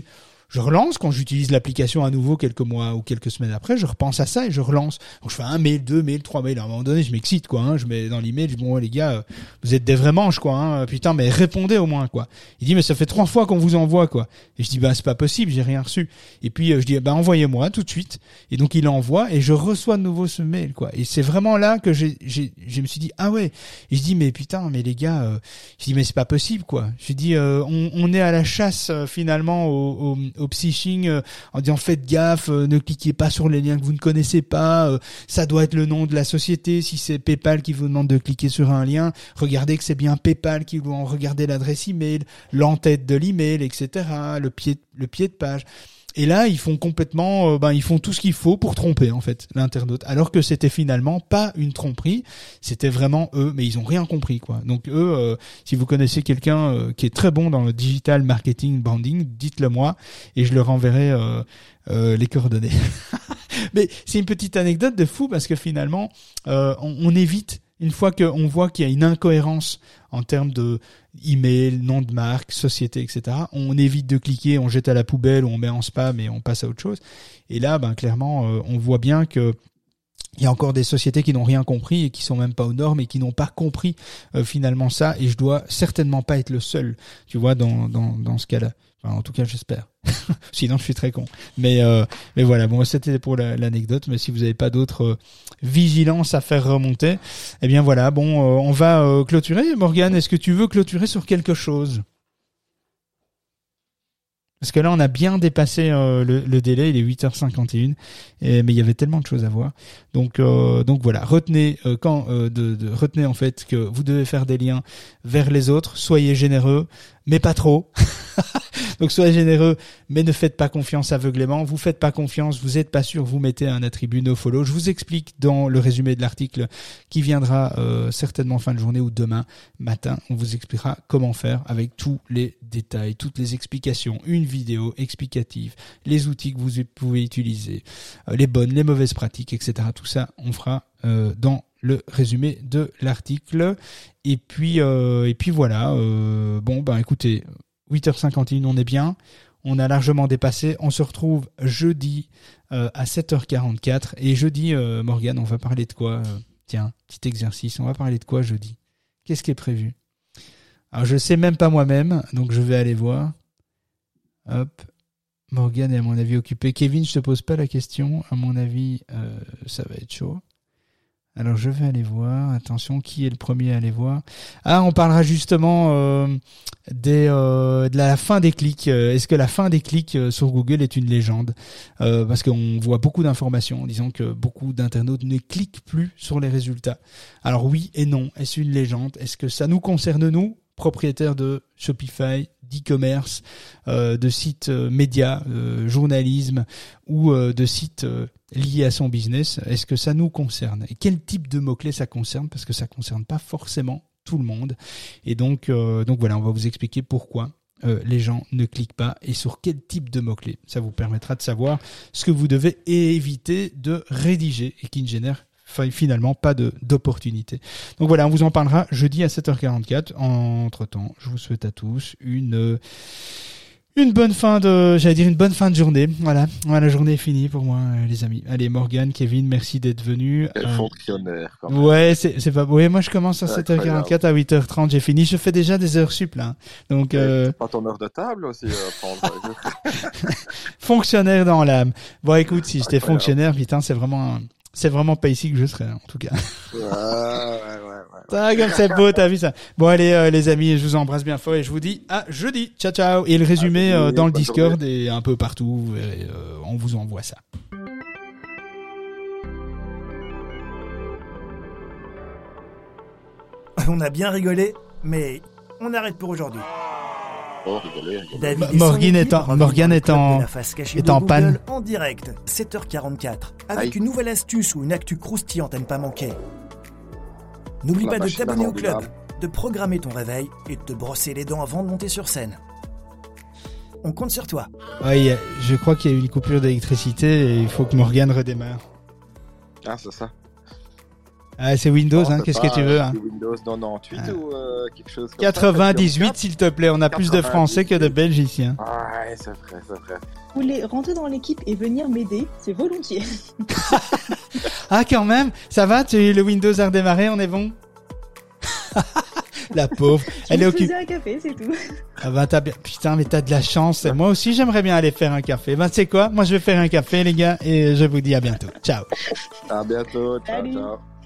je relance quand j'utilise l'application à nouveau quelques mois ou quelques semaines après, je repense à ça et je relance. Donc je fais un mail, deux mails, trois mails. À un moment donné, je m'excite quoi. Hein, je mets dans l'email, je dis bon les gars, vous êtes des vrais manches quoi. Hein, putain, mais répondez au moins quoi. Il dit mais ça fait trois fois qu'on vous envoie quoi. Et je dis bah c'est pas possible, j'ai rien reçu. Et puis je dis bah envoyez-moi tout de suite. Et donc il envoie et je reçois de nouveau ce mail quoi. Et c'est vraiment là que j'ai, j'ai, je me suis dit ah ouais. Et je dis mais putain mais les gars, euh, je dis mais c'est pas possible quoi. Je dis euh, on, on est à la chasse euh, finalement au, au, au phishing euh, en disant faites gaffe, euh, ne cliquez pas sur les liens que vous ne connaissez pas. Euh, ça doit être le nom de la société. Si c'est PayPal qui vous demande de cliquer sur un lien, regardez que c'est bien PayPal qui vous en regardez l'adresse email, l'entête de l'email, et cetera. Le pied, le pied de page. Et là, ils font complètement, euh, ben ils font tout ce qu'il faut pour tromper en fait l'internaute, alors que c'était finalement pas une tromperie, c'était vraiment eux, mais ils ont rien compris quoi. Donc eux, euh, si vous connaissez quelqu'un euh, qui est très bon dans le digital marketing branding, dites-le moi et je leur enverrai euh, euh, les coordonnées. Mais c'est une petite anecdote de fou parce que finalement, euh, on, on évite. Une fois qu'on voit qu'il y a une incohérence en termes de email, nom de marque, société, et cetera, on évite de cliquer, on jette à la poubelle ou on met en spam et on passe à autre chose. Et là, ben clairement, euh, on voit bien que il y a encore des sociétés qui n'ont rien compris et qui sont même pas aux normes et qui n'ont pas compris euh, finalement ça. Et je dois certainement pas être le seul, tu vois, dans dans dans ce cas-là. Enfin, en tout cas, j'espère. Sinon, je suis très con. Mais euh, mais voilà. Bon, c'était pour la, l'anecdote. Mais si vous n'avez pas d'autres euh, vigilances à faire remonter, eh bien voilà. Bon, euh, on va euh, clôturer. Morgane, est-ce que tu veux clôturer sur quelque chose ? Parce que là, on a bien dépassé euh, le, le délai, il est huit heures cinquante et une, et, mais il y avait tellement de choses à voir. Donc, euh, donc voilà, retenez euh, quand euh, de, de retenez en fait que vous devez faire des liens vers les autres. Soyez généreux, mais pas trop. Donc soyez généreux, mais ne faites pas confiance aveuglément. Vous faites pas confiance, vous êtes pas sûr, vous mettez un attribut nofollow. Je vous explique dans le résumé de l'article qui viendra euh, certainement fin de journée ou demain matin. On vous expliquera comment faire avec tous les détails, toutes les explications, une vidéo explicative, les outils que vous pouvez utiliser, euh, les bonnes, les mauvaises pratiques, et cetera. Tout ça, on fera euh, dans le résumé de l'article. Et puis, euh, et puis voilà. Euh, bon, ben écoutez. huit heures cinquante et une, on est bien. On a largement dépassé. On se retrouve jeudi euh, à sept heures quarante-quatre. Et jeudi, euh, Morgane, on va parler de quoi euh, Tiens, petit exercice. On va parler de quoi jeudi ? Qu'est-ce qui est prévu ? Alors, je sais même pas moi-même, donc je vais aller voir. Hop. Morgane est à mon avis occupée. Kevin, je te pose pas la question. À mon avis, euh, ça va être chaud. Alors, je vais aller voir. Attention, qui est le premier à aller voir ? Ah, on parlera justement euh, des, euh, de la fin des clics. Est-ce que la fin des clics sur Google est une légende ? euh, Parce qu'on voit beaucoup d'informations en disant que beaucoup d'internautes ne cliquent plus sur les résultats. Alors oui et non. Est-ce une légende ? Est-ce que ça nous concerne, nous, propriétaires de Shopify, d'e-commerce, euh, de sites euh, médias, euh, journalisme ou euh, de sites euh, liés à son business? Est-ce que ça nous concerne? Et quel type de mots-clés ça concerne? Parce que ça concerne pas forcément tout le monde. Et donc, euh, donc voilà, on va vous expliquer pourquoi euh, les gens ne cliquent pas et sur quel type de mots-clés. Ça vous permettra de savoir ce que vous devez éviter de rédiger et qui ne génère finalement pas de d'opportunité. Donc voilà, on vous en parlera jeudi à sept heures quarante-quatre. Entre-temps, je vous souhaite à tous une une bonne fin de j'allais dire une bonne fin de journée. Voilà, voilà, la journée est finie pour moi les amis. Allez, Morgane, Kevin, merci d'être venus. Quel euh, fonctionnaire quand même. Ouais, c'est c'est pas ouais, moi je commence à sept heures quarante-quatre, à huit heures trente, j'ai fini, je fais déjà des heures sup là. Donc euh... pas ton heure de table aussi euh, prendre. Fonctionnaire dans l'âme. Bon écoute, si j'étais fonctionnaire, putain, c'est vraiment un... C'est vraiment pas ici que je serais, en tout cas. Ouais, ouais, ouais, ouais. Ça, comme c'est beau, t'as vu ça. Bon, allez, euh, les amis, je vous embrasse bien fort et je vous dis à jeudi. Ciao, ciao. Et le résumé euh, dans le Discord journée. Et un peu partout, vous verrez, euh, on vous envoie ça. On a bien rigolé, mais on arrête pour aujourd'hui. Oh, rigolez, rigolez. David Morgane est en, Morgane est en, est en panne. En direct, sept heures quarante-quatre, avec Aïe. Une nouvelle astuce ou une actu croustillante à ne pas manquer. N'oublie La pas de t'abonner au club, de programmer ton réveil et de te brosser les dents avant de monter sur scène. On compte sur toi. Oui, je crois qu'il y a eu une coupure d'électricité et il faut que Morgane redémarre. Ah, c'est ça. Ah, c'est Windows, Non, hein, c'est qu'est-ce pas, que tu veux, hein. c'est Windows quatre-vingt-dix-huit Ah. ou euh, quelque chose comme quatre-vingt-dix-huit, s'il te plaît, on a plus de Français que de Belges ici, hein. ça. Ah, ouais, c'est vrai, c'est vrai. Vous voulez rentrer dans l'équipe et venir m'aider, c'est volontiers. Ah, quand même, ça va, tu, le Windows a redémarré, on est bon? La pauvre, Je elle est vous occupée. faisais un café, c'est tout. Ah ben, t'as bien, putain, mais t'as de la chance. Moi aussi, j'aimerais bien aller faire un café. Ben, tu sais quoi? Moi, je vais faire un café, les gars, et je vous dis à bientôt. Ciao. À bientôt. Ciao, Salut. ciao.